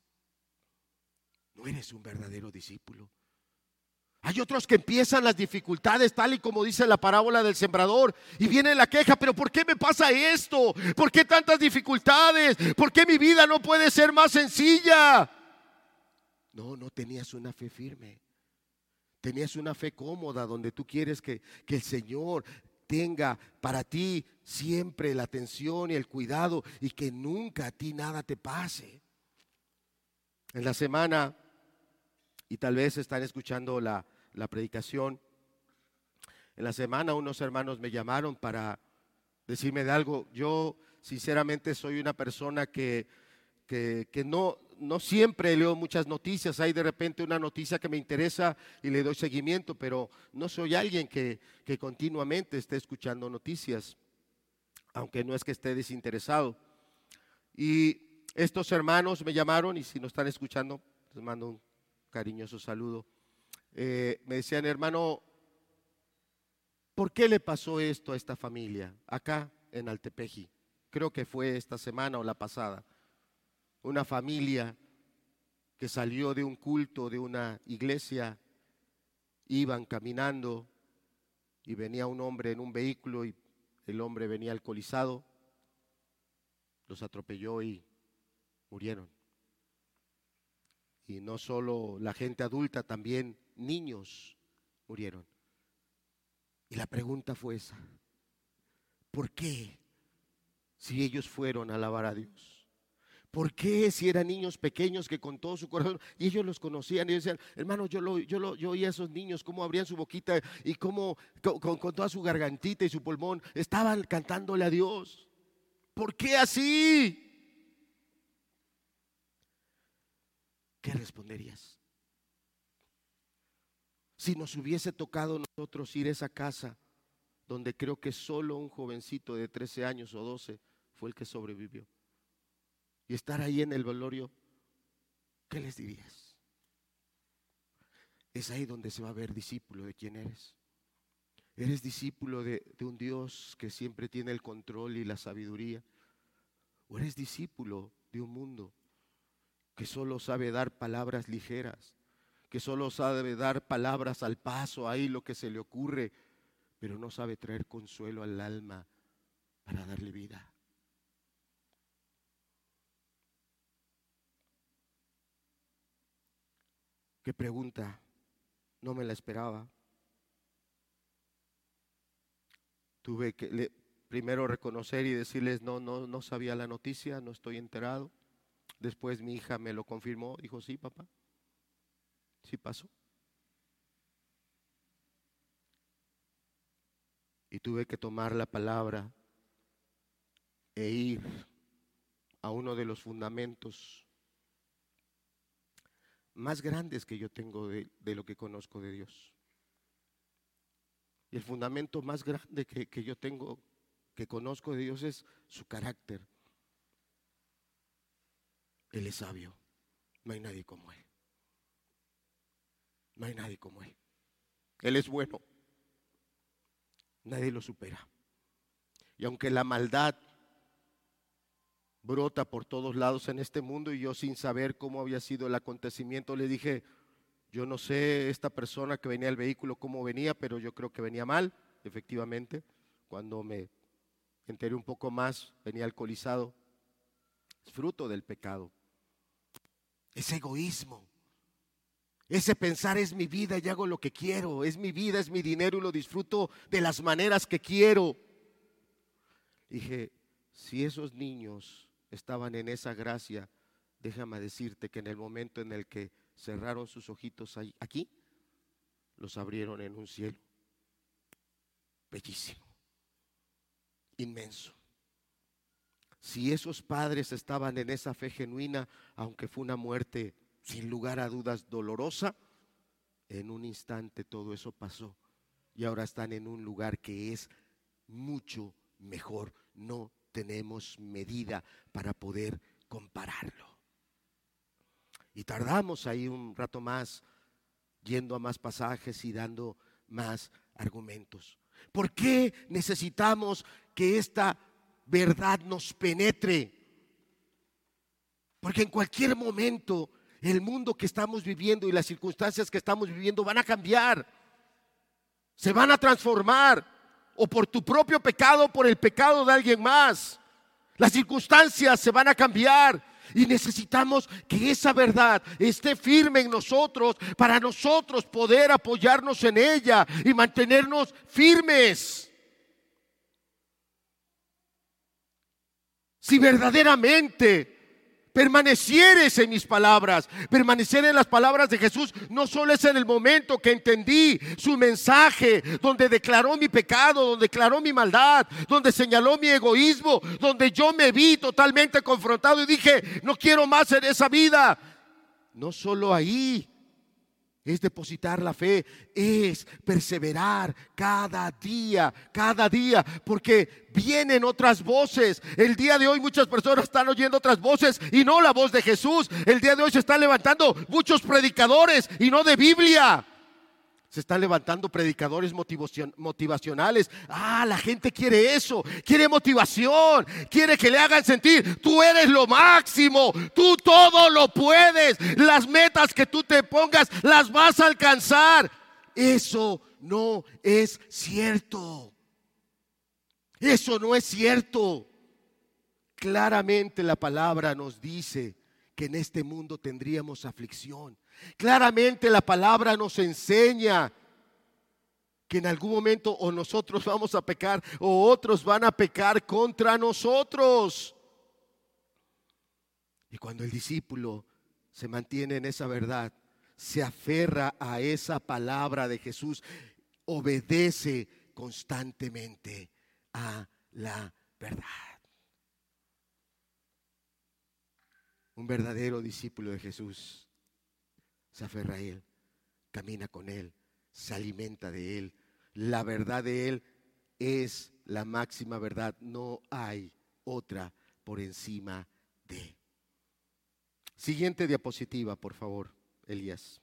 No eres un verdadero discípulo. Hay otros que empiezan las dificultades tal y como dice la parábola del sembrador y viene la queja: pero ¿por qué me pasa esto? ¿Por qué tantas dificultades? ¿Por qué mi vida no puede ser más sencilla? No, no tenías una fe firme. Tenías una fe cómoda donde tú quieres que, que el Señor tenga para ti siempre la atención y el cuidado y que nunca a ti nada te pase. En la semana, y tal vez están escuchando la, la predicación, en la semana unos hermanos me llamaron para decirme de algo. Yo sinceramente soy una persona que, que, que no, no siempre leo muchas noticias. Hay de repente una noticia que me interesa y le doy seguimiento, pero no soy alguien que, que continuamente esté escuchando noticias, aunque no es que esté desinteresado. Y estos hermanos me llamaron, y si no están escuchando, les mando un cariñoso saludo. Eh, me decían: hermano, ¿por qué le pasó esto a esta familia acá en Altepeji? Creo que fue esta semana o la pasada. Una familia que salió de un culto, de una iglesia, iban caminando y venía un hombre en un vehículo y el hombre venía alcoholizado, los atropelló y murieron. Y no solo la gente adulta, también niños murieron. Y la pregunta fue esa: ¿por qué si ellos fueron a alabar a Dios? ¿Por qué si eran niños pequeños que con todo su corazón, y ellos los conocían y decían, hermano, yo lo, yo lo, yo oía a esos niños cómo abrían su boquita y cómo con, con, con toda su gargantita y su pulmón estaban cantándole a Dios? ¿Por qué así? ¿Qué responderías? Si nos hubiese tocado a nosotros ir a esa casa donde creo que solo un jovencito de trece años o doce fue el que sobrevivió, y estar ahí en el velorio, ¿qué les dirías? Es ahí donde se va a ver discípulo de quién eres. ¿Eres discípulo de, de un Dios que siempre tiene el control y la sabiduría? ¿O eres discípulo de un mundo que solo sabe dar palabras ligeras, que solo sabe dar palabras al paso, ahí lo que se le ocurre, pero no sabe traer consuelo al alma para darle vida? ¿Qué pregunta? No me la esperaba. Tuve que le, primero reconocer y decirles, no, no, no sabía la noticia, no estoy enterado. Después mi hija me lo confirmó, dijo, sí, papá, sí pasó. Y tuve que tomar la palabra e ir a uno de los fundamentos más grandes que yo tengo de, de lo que conozco de Dios. Y el fundamento más grande que, que yo tengo, que conozco de Dios, es su carácter. Él es sabio, no hay nadie como Él. No hay nadie como Él. Él es bueno, nadie lo supera. Y aunque la maldad brota por todos lados en este mundo, y yo sin saber cómo había sido el acontecimiento, le dije, yo no sé esta persona que venía al vehículo cómo venía, pero yo creo que venía mal, efectivamente. Cuando me enteré un poco más, venía alcoholizado. Es fruto del pecado. Es egoísmo. Ese pensar es mi vida y hago lo que quiero, es mi vida, es mi dinero y lo disfruto de las maneras que quiero. Dije, si esos niños estaban en esa gracia, déjame decirte que en el momento en el que cerraron sus ojitos ahí, aquí, los abrieron en un cielo bellísimo, inmenso. Si esos padres estaban en esa fe genuina, aunque fue una muerte sin lugar a dudas dolorosa, en un instante todo eso pasó y ahora están en un lugar que es mucho mejor. No tenemos medida para poder compararlo. Y tardamos ahí un rato más, yendo a más pasajes y dando más argumentos. ¿Por qué necesitamos que esta verdad nos penetre? Porque en cualquier momento el mundo que estamos viviendo y las circunstancias que estamos viviendo van a cambiar, se van a transformar, o por tu propio pecado o por el pecado de alguien más. Las circunstancias se van a cambiar y necesitamos que esa verdad esté firme en nosotros para nosotros poder apoyarnos en ella y mantenernos firmes. Si verdaderamente permanecieres en mis palabras, permanecer en las palabras de Jesús, no solo es en el momento que entendí su mensaje, donde declaró mi pecado, donde declaró mi maldad, donde señaló mi egoísmo, donde yo me vi totalmente confrontado y dije, no quiero más en esa vida. No solo ahí es depositar la fe, es perseverar cada día, cada día, porque vienen otras voces. El día de hoy muchas personas están oyendo otras voces y no la voz de Jesús. El día de hoy se están levantando muchos predicadores y no de Biblia. Se están levantando predicadores motivacion, motivacionales. Ah, la gente quiere eso, quiere motivación, quiere que le hagan sentir, tú eres lo máximo, tú todo lo puedes, las metas que tú te pongas las vas a alcanzar. Eso no es cierto. Eso no es cierto. Claramente la palabra nos dice que en este mundo tendríamos aflicción. Claramente la palabra nos enseña que en algún momento o nosotros vamos a pecar o otros van a pecar contra nosotros. Y cuando el discípulo se mantiene en esa verdad, se aferra a esa palabra de Jesús, obedece constantemente a la verdad. Un verdadero discípulo de Jesús se aferra a Él, camina con Él, se alimenta de Él. La verdad de Él es la máxima verdad. No hay otra por encima de Él. Siguiente diapositiva, por favor, Elías.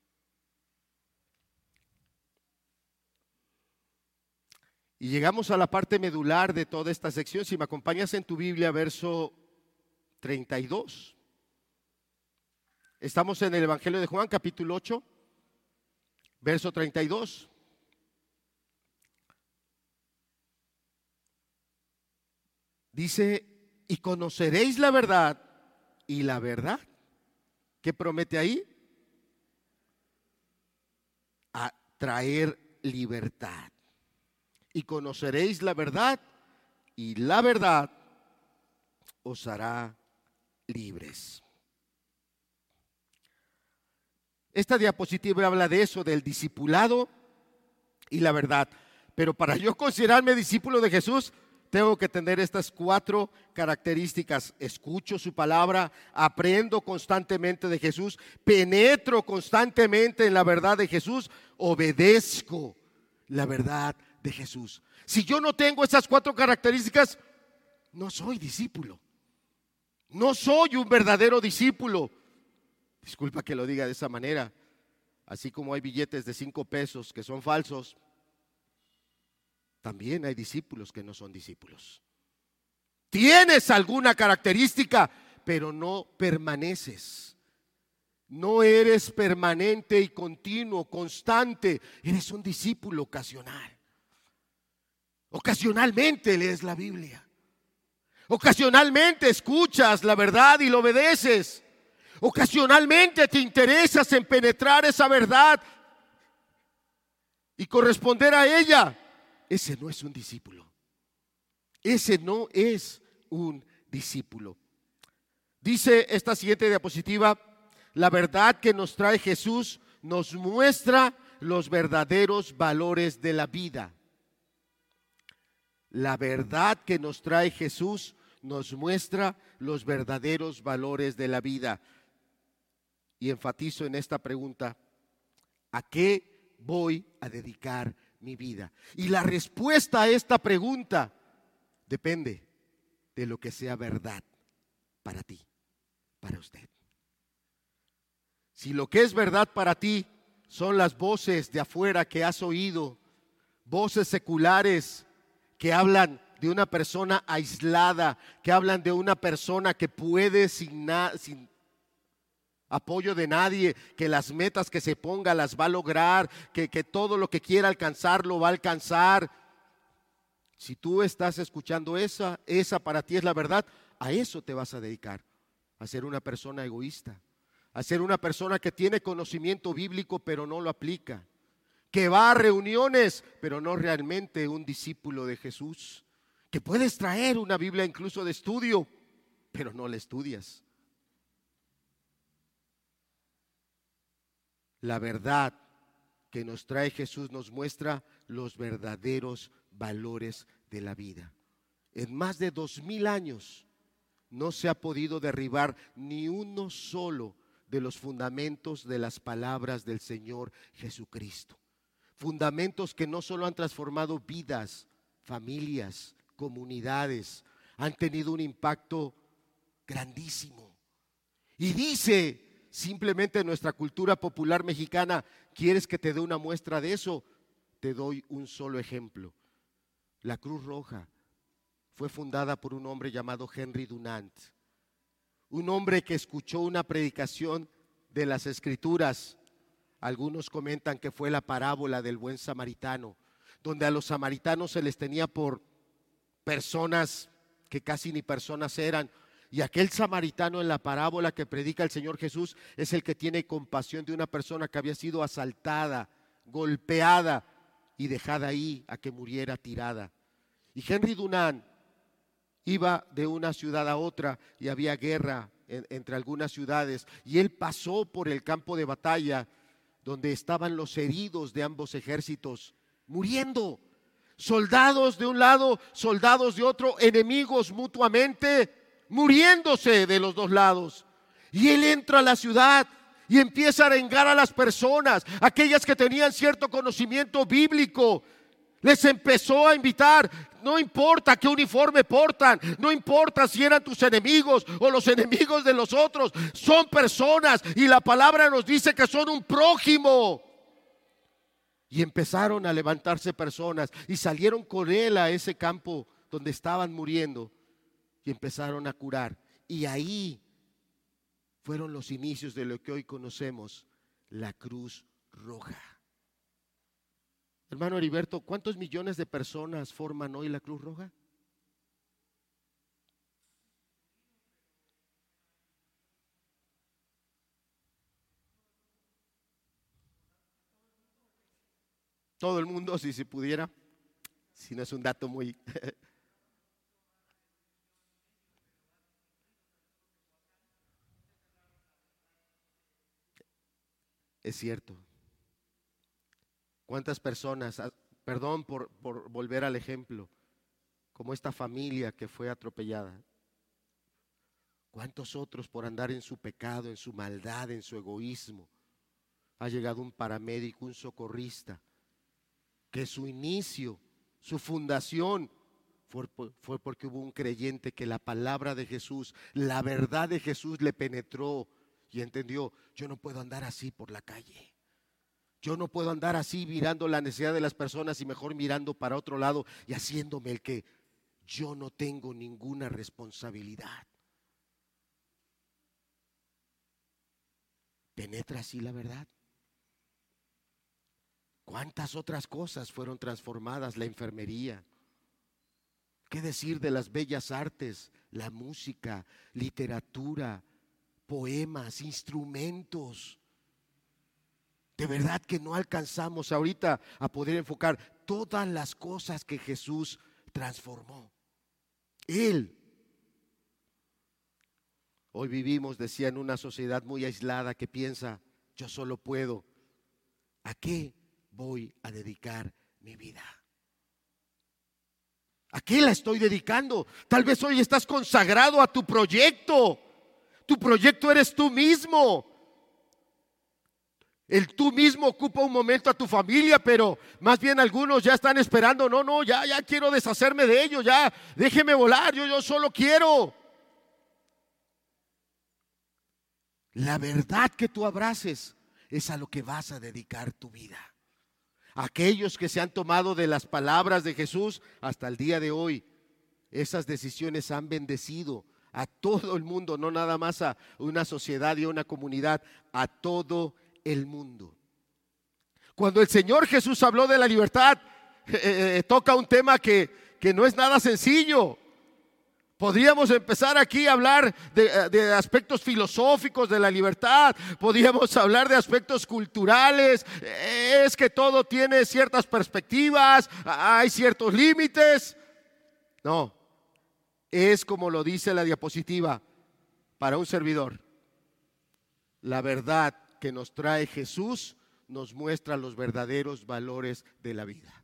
Y llegamos a la parte medular de toda esta sección. Si me acompañas en tu Biblia, verso treinta y dos. Estamos en el Evangelio de Juan, capítulo ocho, verso treinta y dos. Dice, y conoceréis la verdad, y la verdad, ¿qué promete ahí? A traer libertad. Y conoceréis la verdad, y la verdad os hará libres. Esta diapositiva habla de eso, del discipulado y la verdad. Pero para yo considerarme discípulo de Jesús, tengo que tener estas cuatro características. Escucho su palabra, aprendo constantemente de Jesús, penetro constantemente en la verdad de Jesús, obedezco la verdad de Jesús. Si yo no tengo esas cuatro características, no soy discípulo. No soy un verdadero discípulo. Disculpa que lo diga de esa manera. Así como hay billetes de cinco pesos que son falsos, también hay discípulos que no son discípulos. Tienes alguna característica, pero no permaneces. No eres permanente y continuo, constante. Eres un discípulo ocasional. Ocasionalmente lees la Biblia. Ocasionalmente escuchas la verdad y lo obedeces. Ocasionalmente te interesas en penetrar esa verdad y corresponder a ella. Ese no es un discípulo. Ese no es un discípulo. Dice esta siguiente diapositiva, la verdad que nos trae Jesús nos muestra los verdaderos valores de la vida. La verdad que nos trae Jesús nos muestra los verdaderos valores de la vida. Y enfatizo en esta pregunta, ¿a qué voy a dedicar mi vida? Y la respuesta a esta pregunta depende de lo que sea verdad para ti, para usted. Si lo que es verdad para ti son las voces de afuera que has oído, voces seculares que hablan de una persona aislada, que hablan de una persona que puede sin, na, sin apoyo de nadie, que las metas que se ponga las va a lograr, que, que todo lo que quiera alcanzar lo va a alcanzar. Si tú estás escuchando esa, esa para ti es la verdad, a eso te vas a dedicar, a ser una persona egoísta, a ser una persona que tiene conocimiento bíblico pero no lo aplica, que va a reuniones pero no realmente un discípulo de Jesús, que puedes traer una Biblia incluso de estudio pero no la estudias. La verdad que nos trae Jesús nos muestra los verdaderos valores de la vida. En más de dos mil años no se ha podido derribar ni uno solo de los fundamentos de las palabras del Señor Jesucristo. Fundamentos que no solo han transformado vidas, familias, comunidades, han tenido un impacto grandísimo. Y dice simplemente nuestra cultura popular mexicana, ¿quieres que te dé una muestra de eso? Te doy un solo ejemplo. La Cruz Roja fue fundada por un hombre llamado Henry Dunant, un hombre que escuchó una predicación de las Escrituras. Algunos comentan que fue la parábola del buen samaritano, donde a los samaritanos se les tenía por personas que casi ni personas eran, Y aquel samaritano en la parábola que predica el Señor Jesús es el que tiene compasión de una persona que había sido asaltada, golpeada y dejada ahí a que muriera tirada. Y Henry Dunant iba de una ciudad a otra y había guerra en, entre algunas ciudades, y él pasó por el campo de batalla donde estaban los heridos de ambos ejércitos muriendo, soldados de un lado, soldados de otro, enemigos mutuamente, muriéndose de los dos lados. Y él entra a la ciudad y empieza a arengar a las personas, aquellas que tenían cierto conocimiento bíblico. Les empezó a invitar: no importa qué uniforme portan, no importa si eran tus enemigos o los enemigos de los otros, son personas y la palabra nos dice que son un prójimo. Y empezaron a levantarse personas y salieron con él a ese campo donde estaban muriendo y empezaron a curar. Y ahí fueron los inicios de lo que hoy conocemos, la Cruz Roja. Hermano Heriberto, ¿cuántos millones de personas forman hoy la Cruz Roja? Todo el mundo, si se pudiera, si no es un dato muy... Es cierto. ¿Cuántas personas, perdón por, por volver al ejemplo, como esta familia que fue atropellada? ¿Cuántos otros por andar en su pecado, en su maldad, en su egoísmo? Ha llegado un paramédico, un socorrista, que su inicio, su fundación fue, fue porque hubo un creyente que la palabra de Jesús, la verdad de Jesús le penetró y entendió: yo no puedo andar así por la calle. Yo no puedo andar así mirando la necesidad de las personas y mejor mirando para otro lado y haciéndome el que yo no tengo ninguna responsabilidad. ¿Penetra así la verdad? ¿Cuántas otras cosas fueron transformadas? La enfermería. ¿Qué decir de las bellas artes? La música, literatura, poemas, instrumentos. De verdad que no alcanzamos ahorita a poder enfocar todas las cosas que Jesús transformó. Él. Hoy vivimos, decía, en una sociedad muy aislada que piensa: yo solo puedo. ¿A qué voy a dedicar mi vida? ¿A qué la estoy dedicando? Tal vez hoy estás consagrado a tu proyecto. Tu proyecto eres tú mismo. El tú mismo ocupa un momento a tu familia, pero más bien algunos ya están esperando: no, no, ya, ya quiero deshacerme de ellos, ya, déjeme volar, yo, yo solo quiero. La verdad que tú abraces es a lo que vas a dedicar tu vida. Aquellos que se han tomado de las palabras de Jesús hasta el día de hoy, esas decisiones han bendecido a todo el mundo, no nada más a una sociedad y a una comunidad, a todo el mundo. Cuando el Señor Jesús habló de la libertad, eh, eh, toca un tema que, que no es nada sencillo. Podríamos empezar aquí a hablar de, de aspectos filosóficos de la libertad, podríamos hablar de aspectos culturales, es que todo tiene ciertas perspectivas, hay ciertos límites. No, es como lo dice la diapositiva para un servidor. La verdad que nos trae Jesús nos muestra los verdaderos valores de la vida.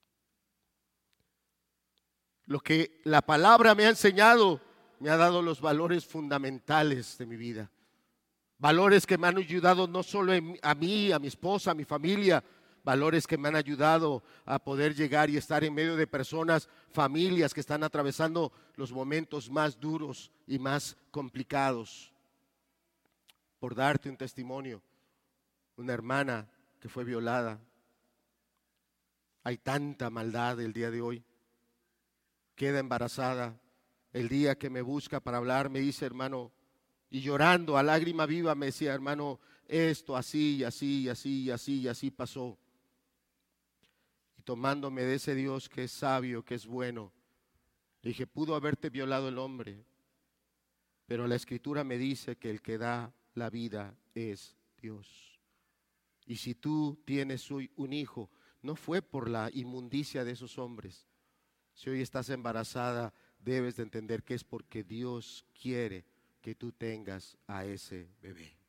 Lo que la palabra me ha enseñado, me ha dado los valores fundamentales de mi vida. Valores que me han ayudado no solo a mí, a mi esposa, a mi familia, valores que me han ayudado a poder llegar y estar en medio de personas, familias que están atravesando los momentos más duros y más complicados. Por darte un testimonio, una hermana que fue violada. Hay tanta maldad el día de hoy. Queda embarazada. El día que me busca para hablar me dice: hermano, y llorando a lágrima viva me decía: hermano, esto así y así y así y así y así pasó. Y tomándome de ese Dios que es sabio, que es bueno, le dije: pudo haberte violado el hombre, Pero la Escritura me dice que el que da la vida es Dios. Y si tú tienes hoy un hijo, no fue por la inmundicia de esos hombres. Si hoy estás embarazada, debes de entender que es porque Dios quiere que tú tengas a ese bebé.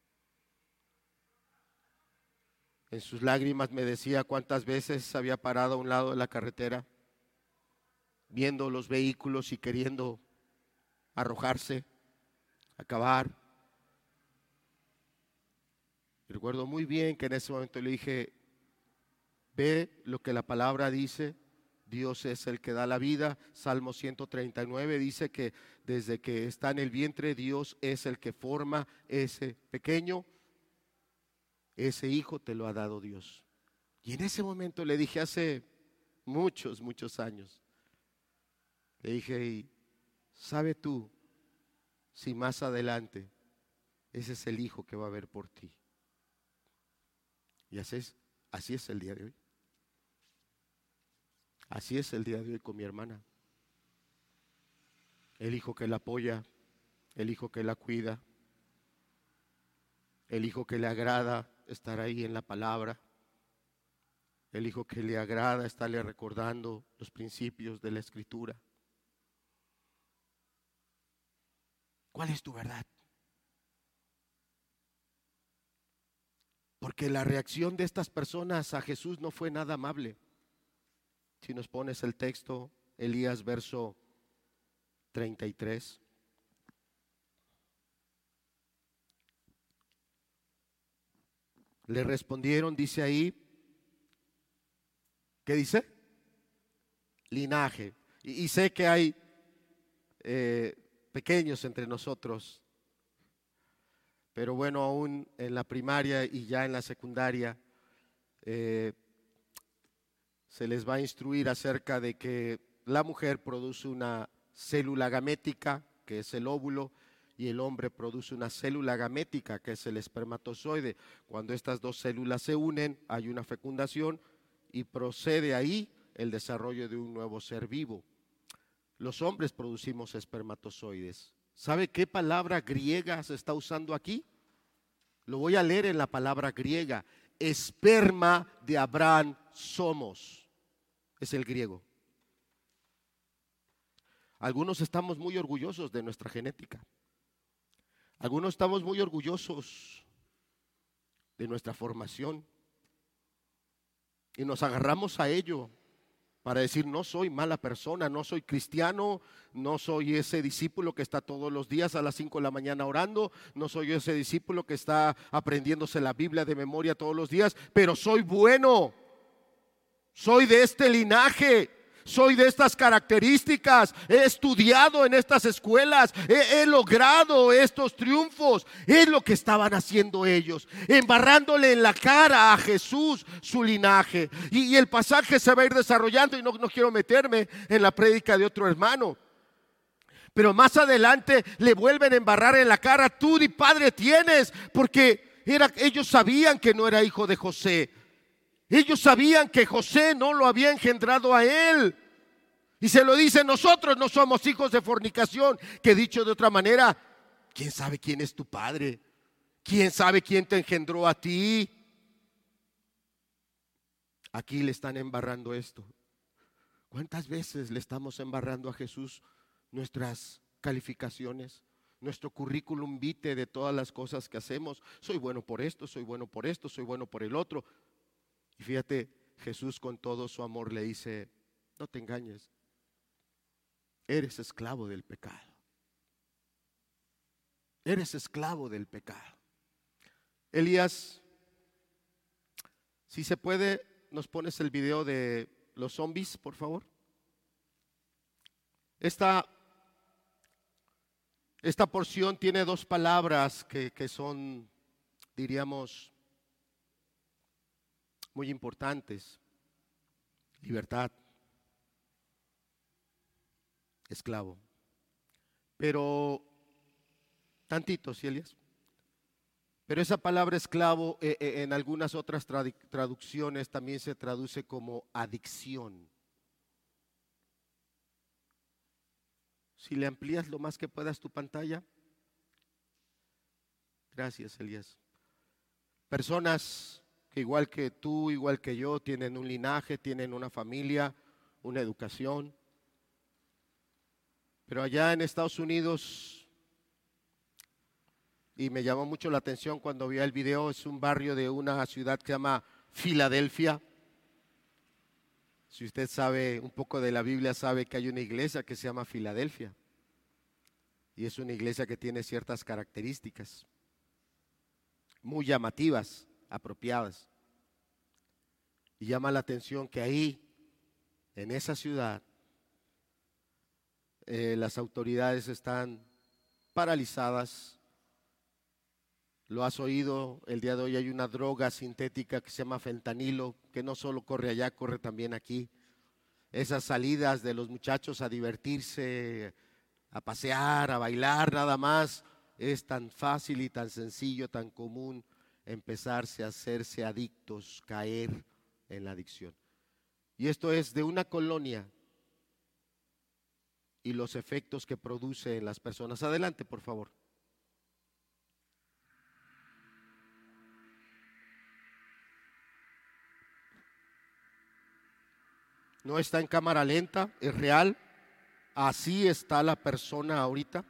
En sus lágrimas me decía cuántas veces había parado a un lado de la carretera, viendo los vehículos y queriendo arrojarse, acabar. Y recuerdo muy bien que en ese momento le dije, ve lo que la palabra dice, Dios es el que da la vida. Salmo ciento treinta y nueve dice que desde que está en el vientre, Dios es el que forma ese pequeño, ese hijo te lo ha dado Dios. Y en ese momento le dije, hace muchos, muchos años, le dije, y ¿sabe tú si más adelante ese es el hijo que va a haber por ti? Y así es, así es el día de hoy. Así es el día de hoy con mi hermana. El hijo que la apoya, el hijo que la cuida, el hijo que le agrada estar ahí en la palabra, el hijo que le agrada estarle recordando los principios de la Escritura. ¿Cuál es tu verdad? Porque la reacción de estas personas a Jesús no fue nada amable. Si nos pones el texto, Elías, verso treinta y tres. Le respondieron, dice ahí, ¿qué dice? Linaje. Y, y sé que hay eh, pequeños entre nosotros, pero bueno, aún en la primaria y ya en la secundaria, eh, se les va a instruir acerca de que la mujer produce una célula gamética, que es el óvulo, y el hombre produce una célula gamética, que es el espermatozoide. Cuando estas dos células se unen, hay una fecundación y procede ahí el desarrollo de un nuevo ser vivo. Los hombres producimos espermatozoides. ¿Sabe qué palabra griega se está usando aquí? Lo voy a leer en la palabra griega. Esperma de Abraham somos. Es el griego. Algunos estamos muy orgullosos de nuestra genética. Algunos estamos muy orgullosos de nuestra formación. Y nos agarramos a ello para decir, no soy mala persona, no soy cristiano, no soy ese discípulo que está todos los días a las cinco de la mañana orando, no soy ese discípulo que está aprendiéndose la Biblia de memoria todos los días, pero soy bueno, soy de este linaje, soy de estas características, he estudiado en estas escuelas, he, he logrado estos triunfos. Es lo que estaban haciendo ellos, embarrándole en la cara a Jesús su linaje. Y, y el pasaje se va a ir desarrollando y no, no quiero meterme en la prédica de otro hermano. Pero más adelante le vuelven a embarrar en la cara, tú ni padre tienes, porque era, ellos sabían que no era hijo de José. Ellos sabían que José no lo había engendrado a él. Y se lo dicen, nosotros no somos hijos de fornicación. Que dicho de otra manera, ¿quién sabe quién es tu padre? ¿Quién sabe quién te engendró a ti? Aquí le están embarrando esto. ¿Cuántas veces le estamos embarrando a Jesús nuestras calificaciones? Nuestro currículum vitae de todas las cosas que hacemos. Soy bueno por esto, soy bueno por esto, soy bueno por el otro. Y fíjate, Jesús con todo su amor le dice, no te engañes, eres esclavo del pecado. Eres esclavo del pecado. Elías, si se puede, nos pones el video de los zombies, por favor. Esta, esta porción tiene dos palabras que, que son, diríamos, muy importantes. Libertad, esclavo. Pero, tantito, ¿sí, Elías? Pero esa palabra esclavo eh, eh, en algunas otras tradu- traducciones también se traduce como adicción. Si le amplías lo más que puedas tu pantalla, Gracias, Elías. Personas que igual que tú, igual que yo, tienen un linaje, tienen una familia, una educación. Pero allá en Estados Unidos, y me llamó mucho la atención cuando vi el video, es un barrio de una ciudad que se llama Filadelfia. Si usted sabe un poco de la Biblia, sabe que hay una iglesia que se llama Filadelfia. Y es una iglesia que tiene ciertas características muy llamativas, apropiadas. Y llama la atención que ahí, en esa ciudad, eh, las autoridades están paralizadas. Lo has oído, el día de hoy hay una droga sintética que se llama fentanilo, que no solo corre allá, corre también aquí. Esas salidas de los muchachos a divertirse, a pasear, a bailar, nada más, es tan fácil y tan sencillo, tan común empezarse a hacerse adictos, caer en la adicción. Y esto es de una colonia y los efectos que produce en las personas. Adelante, por favor. No está en cámara lenta, es real. Así está la persona ahorita.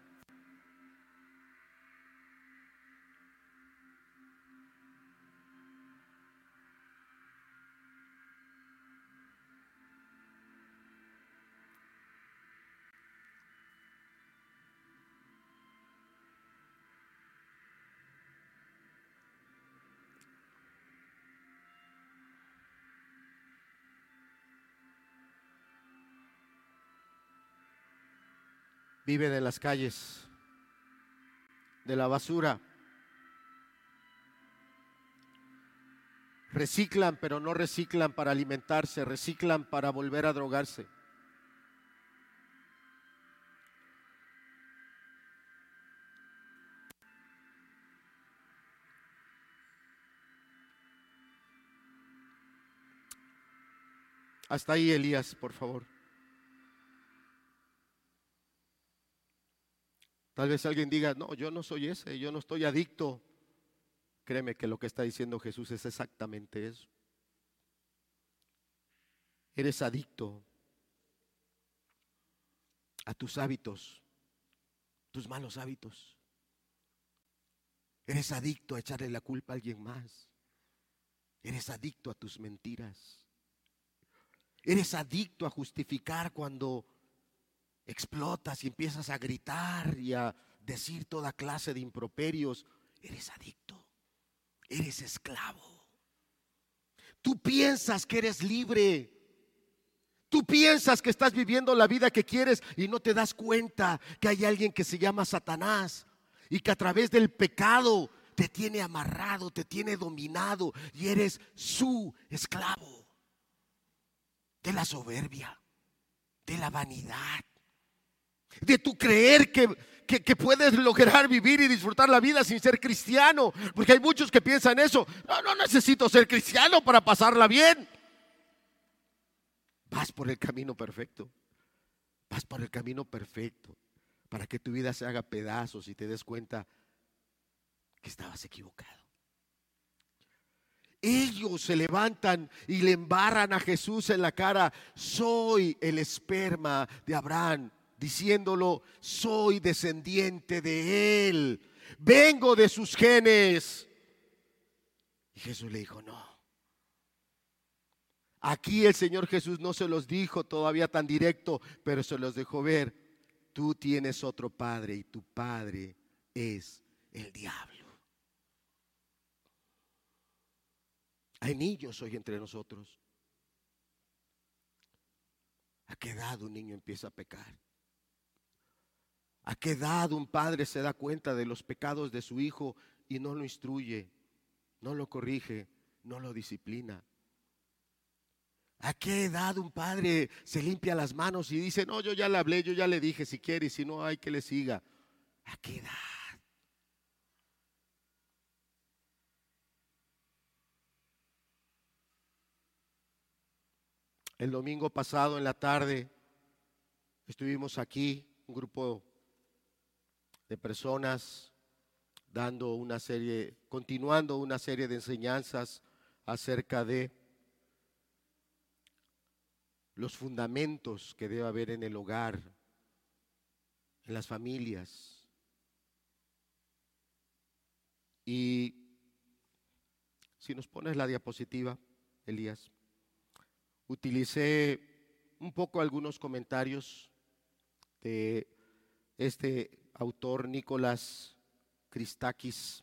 Viven en las calles de la basura. Reciclan, pero no reciclan para alimentarse, reciclan para volver a drogarse. Hasta ahí, Elías, por favor. Tal vez alguien diga, no, yo no soy ese, yo no estoy adicto. Créeme que lo que está diciendo Jesús es exactamente eso. Eres adicto a tus hábitos, tus malos hábitos. Eres adicto a echarle la culpa a alguien más. Eres adicto a tus mentiras. Eres adicto a justificar cuando explotas y empiezas a gritar y a decir toda clase de improperios. Eres adicto, eres esclavo. Tú piensas que eres libre. Tú piensas que estás viviendo la vida que quieres y no te das cuenta que hay alguien que se llama Satanás y que a través del pecado te tiene amarrado, te tiene dominado y eres su esclavo. De la soberbia, de la vanidad, de tu creer que, que, que puedes lograr vivir y disfrutar la vida sin ser cristiano. Porque hay muchos que piensan eso. No, no necesito ser cristiano para pasarla bien. Vas por el camino perfecto. Vas por el camino perfecto para que tu vida se haga pedazos y te des cuenta que estabas equivocado. Ellos se levantan y le embarran a Jesús en la cara: soy el esperma de Abraham, diciéndolo, soy descendiente de él, vengo de sus genes. Y Jesús le dijo: no. Aquí el Señor Jesús no se los dijo todavía tan directo, pero se los dejó ver. Tú tienes otro padre y tu padre es el diablo. Hay niños hoy entre nosotros. ¿A qué edad un niño empieza a pecar? ¿A qué edad un padre se da cuenta de los pecados de su hijo y no lo instruye, no lo corrige, no lo disciplina? ¿A qué edad un padre se limpia las manos y dice: no, yo ya le hablé, yo ya le dije, si quiere, y si no, hay que le siga? ¿A qué edad? El domingo pasado en la tarde estuvimos aquí, un grupo de personas dando una serie, continuando una serie de enseñanzas acerca de los fundamentos que debe haber en el hogar, en las familias. Y si nos pones la diapositiva, Elías, utilicé un poco algunos comentarios de este autor Nicolás Christakis,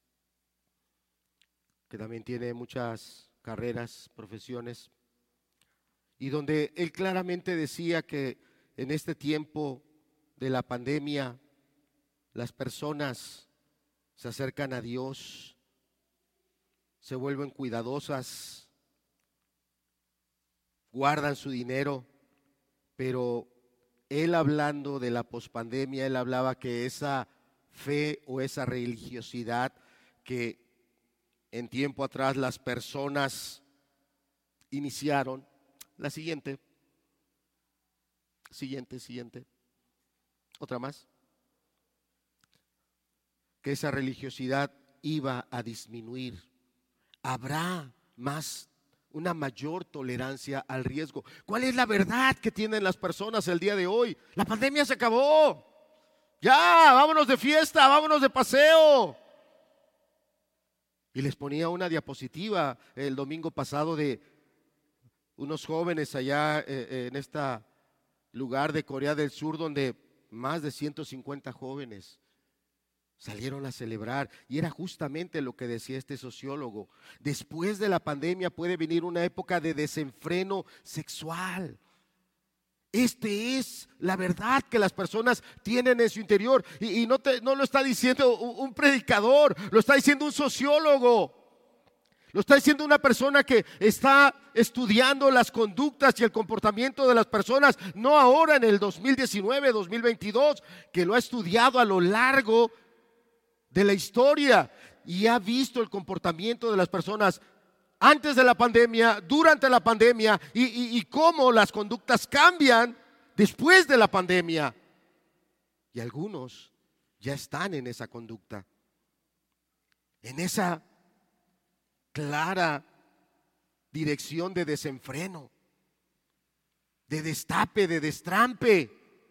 que también tiene muchas carreras, profesiones, y donde él claramente decía que en este tiempo de la pandemia las personas se acercan a Dios, se vuelven cuidadosas, guardan su dinero, pero él hablando de la pospandemia, él hablaba que esa fe o esa religiosidad que en tiempo atrás las personas iniciaron. La siguiente, siguiente, siguiente, otra más, que esa religiosidad iba a disminuir. Habrá más, una mayor tolerancia al riesgo. ¿Cuál es la verdad que tienen las personas el día de hoy? La pandemia se acabó. Ya, vámonos de fiesta, vámonos de paseo. Y les ponía una diapositiva el domingo pasado de unos jóvenes allá eh, en este lugar de Corea del Sur, donde más de ciento cincuenta jóvenes salieron a celebrar, y era justamente lo que decía este sociólogo. Después de la pandemia puede venir una época de desenfreno sexual. Este es la verdad que las personas tienen en su interior, y, y no, te, no lo está diciendo un, un predicador, lo está diciendo un sociólogo. Lo está diciendo una persona que está estudiando las conductas y el comportamiento de las personas, no ahora en el dos mil diecinueve, dos mil veintidós, que lo ha estudiado a lo largo de la historia y ha visto el comportamiento de las personas antes de la pandemia, durante la pandemia y, y, y cómo las conductas cambian después de la pandemia. Y algunos ya están en esa conducta, en esa clara dirección de desenfreno, de destape, de destrampe.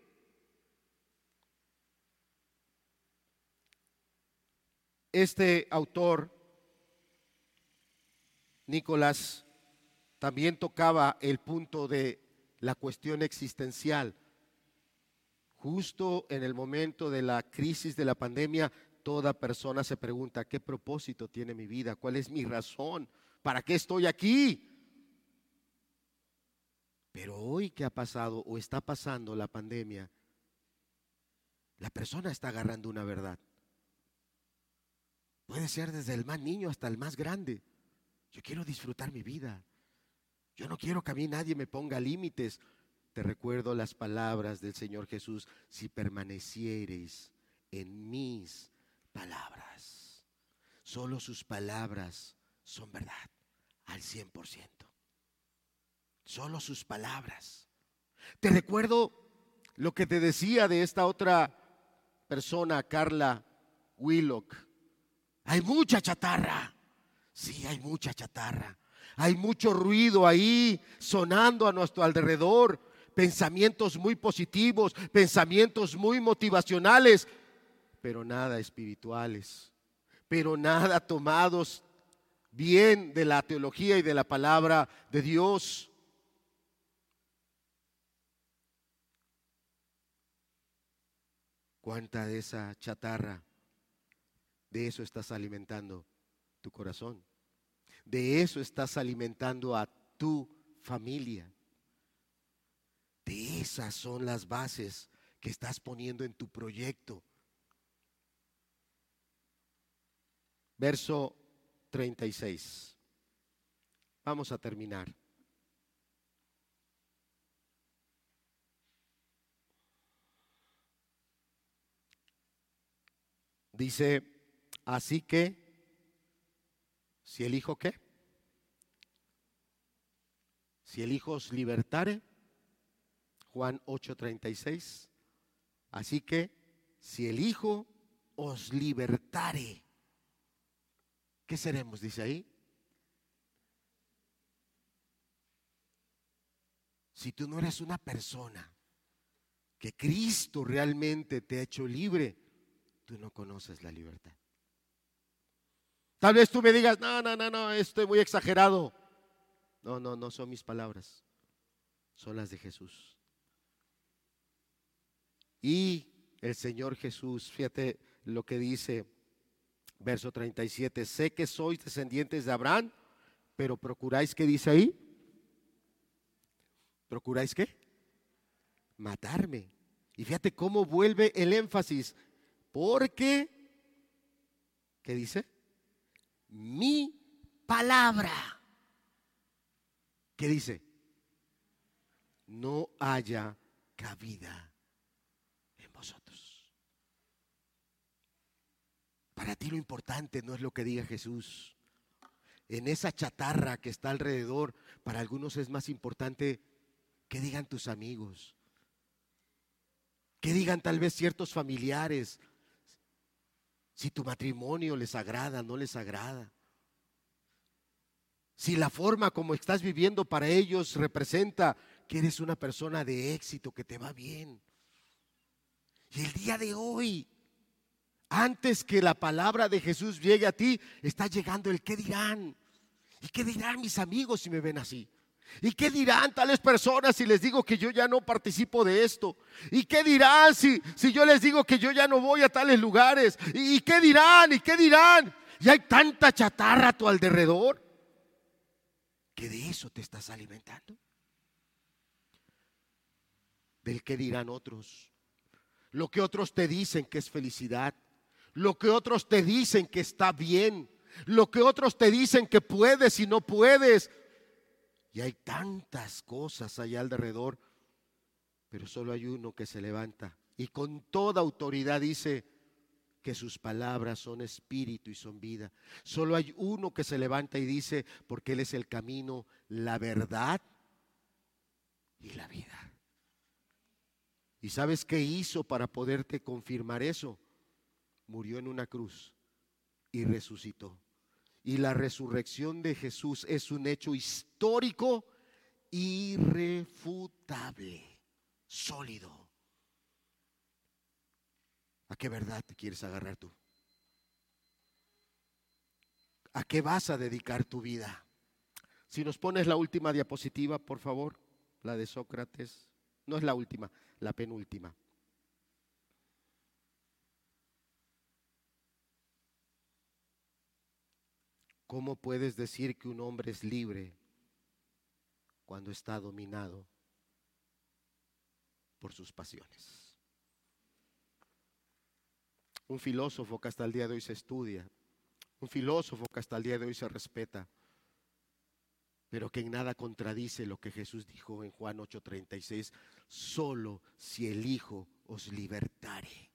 Este autor, Nicolás, también tocaba el punto de la cuestión existencial. Justo en el momento de la crisis de la pandemia, toda persona se pregunta: ¿qué propósito tiene mi vida? ¿Cuál es mi razón? ¿Para qué estoy aquí? Pero hoy que ha pasado o está pasando la pandemia, la persona está agarrando una verdad. Puede ser desde el más niño hasta el más grande. Yo quiero disfrutar mi vida. Yo no quiero que a mí nadie me ponga límites. Te recuerdo las palabras del Señor Jesús: si permaneciereis en mis palabras. Solo sus palabras son verdad al cien por ciento. Solo sus palabras. Te recuerdo lo que te decía de esta otra persona, Carla Willock. Hay mucha chatarra. Sí, hay mucha chatarra. Hay mucho ruido ahí sonando a nuestro alrededor. Pensamientos muy positivos, pensamientos muy motivacionales, pero nada espirituales, pero nada tomados bien de la teología y de la palabra de Dios. ¿Cuánta de esa chatarra, de eso estás alimentando tu corazón? De eso estás alimentando a tu familia. De esas son las bases que estás poniendo en tu proyecto. Verso treinta y seis. Vamos a terminar. Dice: así que, si el Hijo ¿qué? Si el Hijo os libertare, Juan ocho treinta y seis. Así que, si el Hijo os libertare. ¿Qué seremos? Dice ahí. Si tú no eres una persona que Cristo realmente te ha hecho libre, tú no conoces la libertad. Tal vez tú me digas, no, no, no, no, estoy muy exagerado. No, no, no son mis palabras, son las de Jesús. Y el Señor Jesús, fíjate lo que dice, verso treinta y siete, sé que sois descendientes de Abraham, pero procuráis, ¿qué dice ahí? ¿Procuráis qué? Matarme. Y fíjate cómo vuelve el énfasis, porque, ¿qué dice? Mi palabra. ¿Qué dice? No haya cabida en vosotros. Para ti lo importante no es lo que diga Jesús. En esa chatarra que está alrededor, para algunos es más importante que digan tus amigos, que digan tal vez ciertos familiares, si tu matrimonio les agrada, no les agrada, si la forma como estás viviendo para ellos representa que eres una persona de éxito, que te va bien. Y el día de hoy, antes que la palabra de Jesús llegue a ti, está llegando el qué dirán. ¿Y qué dirán mis amigos si me ven así? ¿Y qué dirán tales personas si les digo que yo ya no participo de esto? ¿Y qué dirán si, si yo les digo que yo ya no voy a tales lugares? ¿Y, y qué dirán? ¿Y qué dirán? Y hay tanta chatarra a tu alrededor que de eso te estás alimentando. Del qué dirán otros. Lo que otros te dicen que es felicidad. Lo que otros te dicen que está bien. Lo que otros te dicen que puedes y no puedes. Y hay tantas cosas allá alrededor, pero solo hay uno que se levanta y con toda autoridad dice que sus palabras son espíritu y son vida. Solo hay uno que se levanta y dice, porque Él es el camino, la verdad y la vida. ¿Y sabes qué hizo para poderte confirmar eso? Murió en una cruz y resucitó. Y la resurrección de Jesús es un hecho histórico, irrefutable, sólido. ¿A qué verdad te quieres agarrar tú? ¿A qué vas a dedicar tu vida? Si nos pones la última diapositiva, por favor, la de Sócrates. No es la última, la penúltima. ¿Cómo puedes decir que un hombre es libre cuando está dominado por sus pasiones? Un filósofo que hasta el día de hoy se estudia, un filósofo que hasta el día de hoy se respeta, pero que en nada contradice lo que Jesús dijo en Juan ocho treinta y seis, solo si el Hijo os libertare.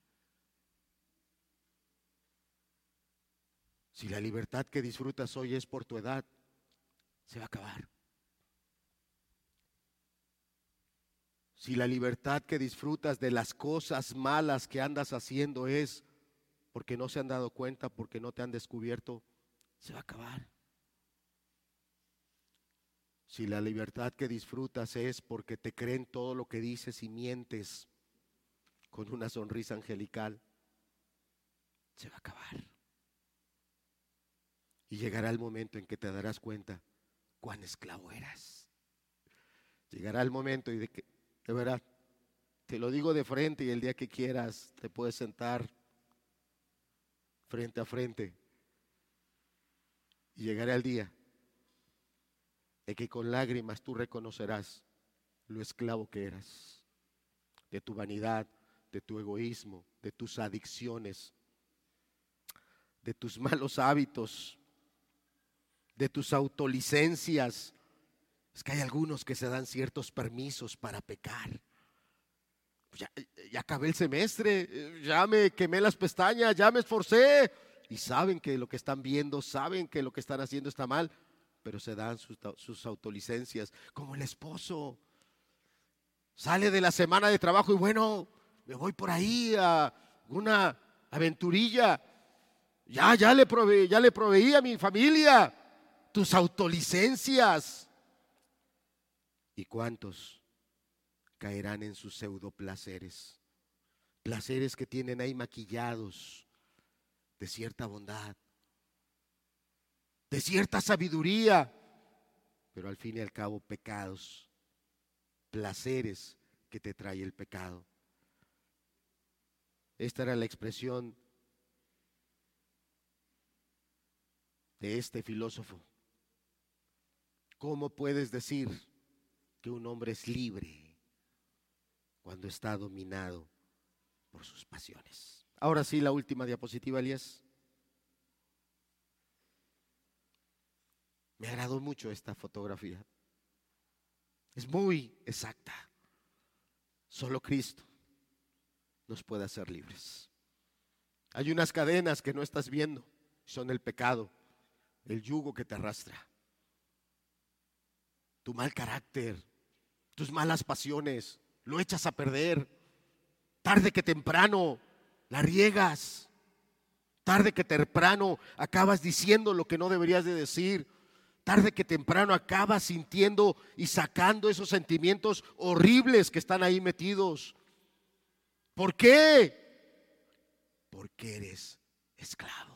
Si la libertad que disfrutas hoy es por tu edad, se va a acabar. Si la libertad que disfrutas de las cosas malas que andas haciendo es porque no se han dado cuenta, porque no te han descubierto, se va a acabar. Si la libertad que disfrutas es porque te creen todo lo que dices y mientes con una sonrisa angelical, se va a acabar. Y llegará el momento en que te darás cuenta cuán esclavo eras. Llegará el momento y de que, de verdad, te lo digo de frente y el día que quieras te puedes sentar frente a frente. Y llegará el día en que con lágrimas tú reconocerás lo esclavo que eras. De tu vanidad, de tu egoísmo, de tus adicciones, de tus malos hábitos, de tus autolicencias. Es que hay algunos que se dan ciertos permisos para pecar. Ya, ya acabé el semestre, ya me quemé las pestañas, ya me esforcé. Y saben que lo que están viendo, saben que lo que están haciendo está mal, pero se dan sus, sus autolicencias. Como el esposo sale de la semana de trabajo y bueno, me voy por ahí a una aventurilla. Ya, ya le proveí, ya le proveí a mi familia tus autolicencias. ¿Y cuántos caerán en sus pseudoplaceres? Placeres que tienen ahí maquillados de cierta bondad, de cierta sabiduría, pero al fin y al cabo pecados, placeres que te trae el pecado. Esta era la expresión de este filósofo. ¿Cómo puedes decir que un hombre es libre cuando está dominado por sus pasiones? Ahora sí, la última diapositiva, Elías. Me agradó mucho esta fotografía. Es muy exacta. Solo Cristo nos puede hacer libres. Hay unas cadenas que no estás viendo, son el pecado, el yugo que te arrastra, tu mal carácter, tus malas pasiones, lo echas a perder. Tarde que temprano la riegas, tarde que temprano acabas diciendo lo que no deberías de decir, tarde que temprano acabas sintiendo y sacando esos sentimientos horribles que están ahí metidos. ¿Por qué? Porque eres esclavo.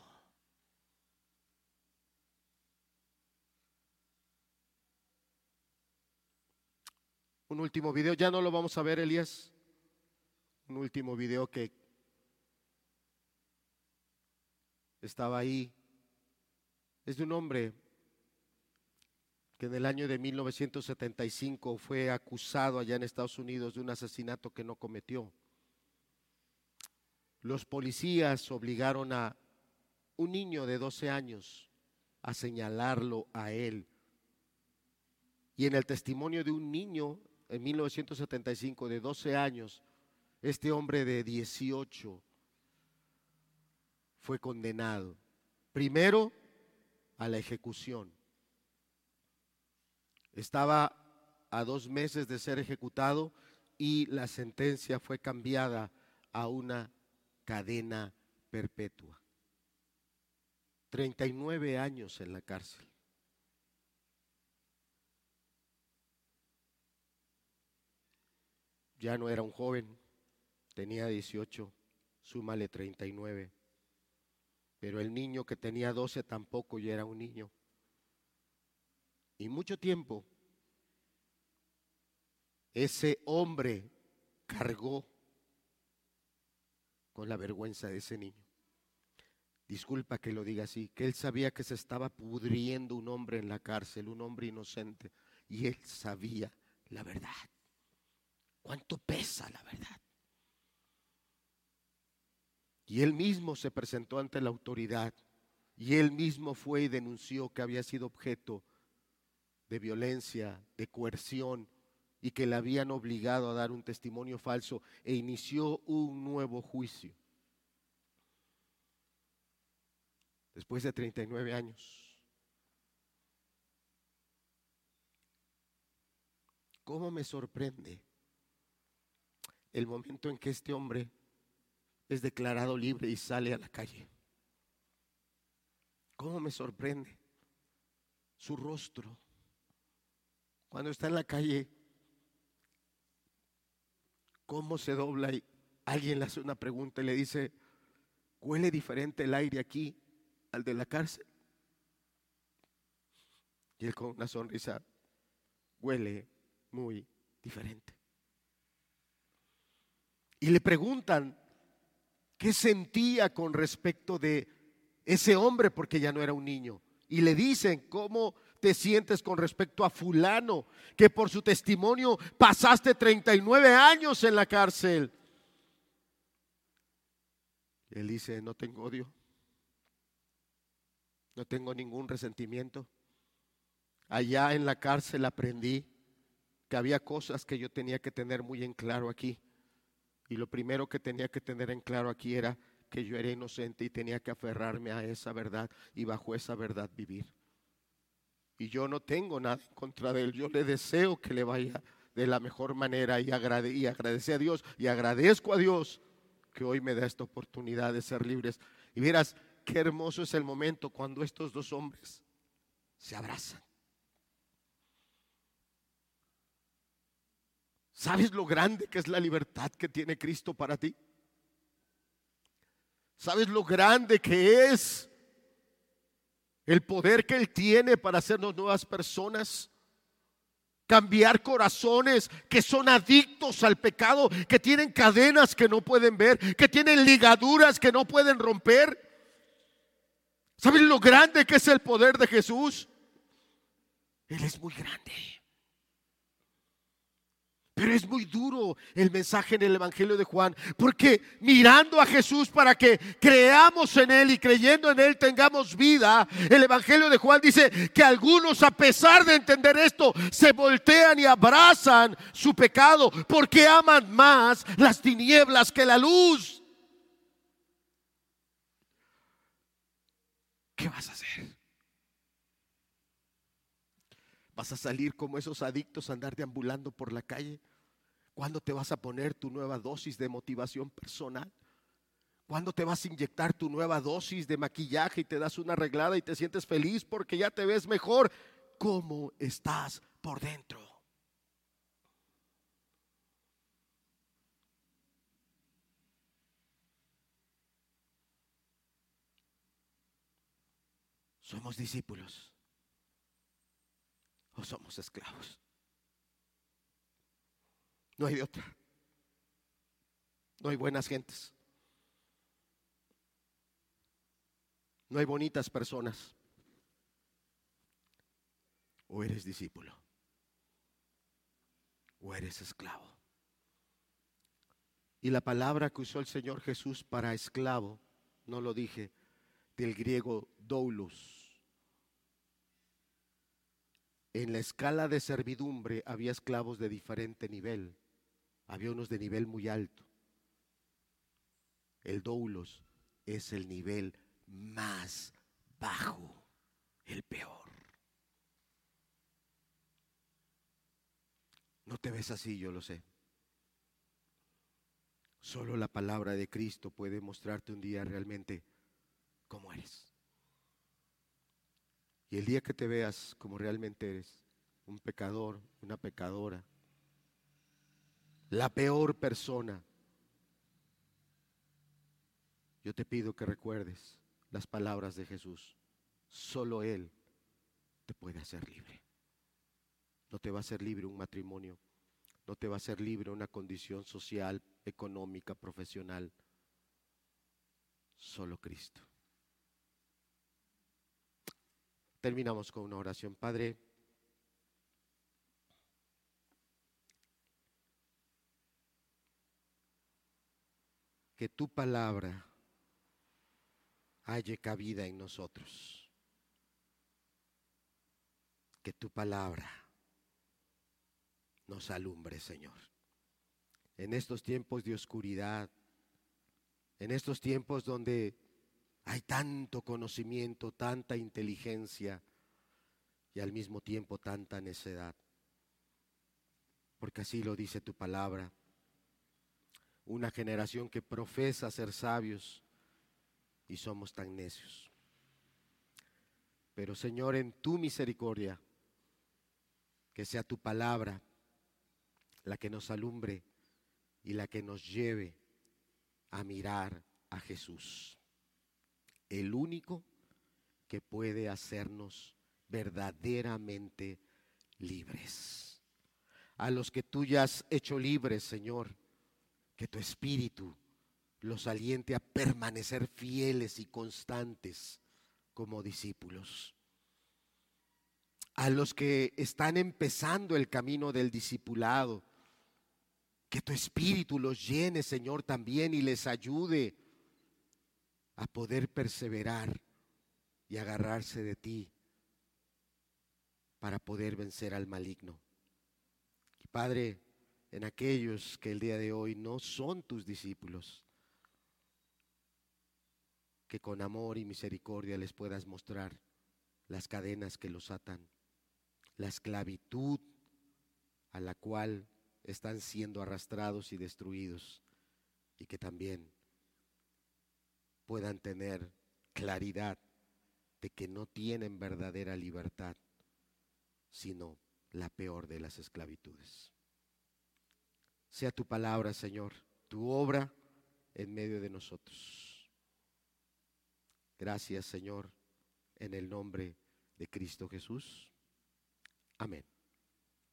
Un último video, ya no lo vamos a ver, Elías. Un último video que estaba ahí. Es de un hombre que en el año de mil novecientos setenta y cinco fue acusado allá en Estados Unidos de un asesinato que no cometió. Los policías obligaron a un niño de doce años a señalarlo a él. Y en el testimonio de un niño en mil novecientos setenta y cinco de doce años, este hombre de dieciocho fue condenado primero a la ejecución. Estaba a dos meses de ser ejecutado y la sentencia fue cambiada a una cadena perpetua. treinta y nueve años en la cárcel. Ya no era un joven, tenía dieciocho, súmale treinta y nueve. Pero el niño que tenía doce tampoco ya era un niño. Y mucho tiempo ese hombre cargó con la vergüenza de ese niño. Disculpa que lo diga así, que él sabía que se estaba pudriendo un hombre en la cárcel, un hombre inocente, y él sabía la verdad. ¿Cuánto pesa la verdad? Y él mismo se presentó ante la autoridad y él mismo fue y denunció que había sido objeto de violencia, de coerción y que le habían obligado a dar un testimonio falso e inició un nuevo juicio. Después de treinta y nueve años. ¿Cómo me sorprende el momento en que este hombre es declarado libre y sale a la calle? ¿Cómo me sorprende su rostro cuando está en la calle? ¿Cómo se dobla y alguien le hace una pregunta y le dice: ¿huele diferente el aire aquí al de la cárcel? Y él con una sonrisa: huele muy diferente. Y le preguntan qué sentía con respecto de ese hombre, porque ya no era un niño. Y le dicen: ¿cómo te sientes con respecto a fulano, que por su testimonio pasaste treinta y nueve años en la cárcel? Y él dice: no tengo odio, no tengo ningún resentimiento. Allá en la cárcel aprendí que había cosas que yo tenía que tener muy en claro aquí. Y lo primero que tenía que tener en claro aquí era que yo era inocente y tenía que aferrarme a esa verdad y bajo esa verdad vivir. Y yo no tengo nada en contra de él, yo le deseo que le vaya de la mejor manera y, agrade, y agradece a Dios y agradezco a Dios que hoy me da esta oportunidad de ser libres. Y verás qué hermoso es el momento cuando estos dos hombres se abrazan. ¿Sabes lo grande que es la libertad que tiene Cristo para ti? ¿Sabes lo grande que es el poder que Él tiene para hacernos nuevas personas? Cambiar corazones que son adictos al pecado, que tienen cadenas que no pueden ver, que tienen ligaduras que no pueden romper. ¿Sabes lo grande que es el poder de Jesús? Él es muy grande. Pero es muy duro el mensaje en el Evangelio de Juan, porque mirando a Jesús para que creamos en Él y creyendo en Él tengamos vida, el Evangelio de Juan dice que algunos, a pesar de entender esto, se voltean y abrazan su pecado porque aman más las tinieblas que la luz. ¿Qué vas a hacer? ¿Vas a salir como esos adictos a andar deambulando por la calle? ¿Cuándo te vas a poner tu nueva dosis de motivación personal? ¿Cuándo te vas a inyectar tu nueva dosis de maquillaje y te das una arreglada y te sientes feliz porque ya te ves mejor? ¿Cómo estás por dentro? ¿Somos discípulos o somos esclavos? No hay de otra. No hay buenas gentes. No hay bonitas personas. O eres discípulo o eres esclavo. Y la palabra que usó el Señor Jesús para esclavo, no lo dije, del griego doulos. En la escala de servidumbre había esclavos de diferente nivel. Había unos de nivel muy alto. El doulos es el nivel más bajo, el peor. No te ves así, yo lo sé. Solo la palabra de Cristo puede mostrarte un día realmente cómo eres. Y el día que te veas como realmente eres, un pecador, una pecadora, la peor persona, yo te pido que recuerdes las palabras de Jesús. Solo Él te puede hacer libre. No te va a hacer libre un matrimonio, no te va a hacer libre una condición social, económica, profesional. Solo Cristo. Terminamos con una oración. Padre, que tu palabra halle cabida en nosotros. Que tu palabra nos alumbre, Señor. En estos tiempos de oscuridad, en estos tiempos donde hay tanto conocimiento, tanta inteligencia y al mismo tiempo tanta necedad. Porque así lo dice tu palabra. Una generación que profesa ser sabios y somos tan necios. Pero Señor, en tu misericordia, que sea tu palabra la que nos alumbre y la que nos lleve a mirar a Jesús, el único que puede hacernos verdaderamente libres. A los que tú ya has hecho libres, Señor, que tu Espíritu los aliente a permanecer fieles y constantes como discípulos. A los que están empezando el camino del discipulado, que tu Espíritu los llene, Señor, también y les ayude a poder perseverar y agarrarse de ti para poder vencer al maligno. Y Padre, en aquellos que el día de hoy no son tus discípulos, que con amor y misericordia les puedas mostrar las cadenas que los atan, la esclavitud a la cual están siendo arrastrados y destruidos, y que también puedan tener claridad de que no tienen verdadera libertad, sino la peor de las esclavitudes. Sea tu palabra, Señor, tu obra en medio de nosotros. Gracias, Señor, en el nombre de Cristo Jesús. Amén.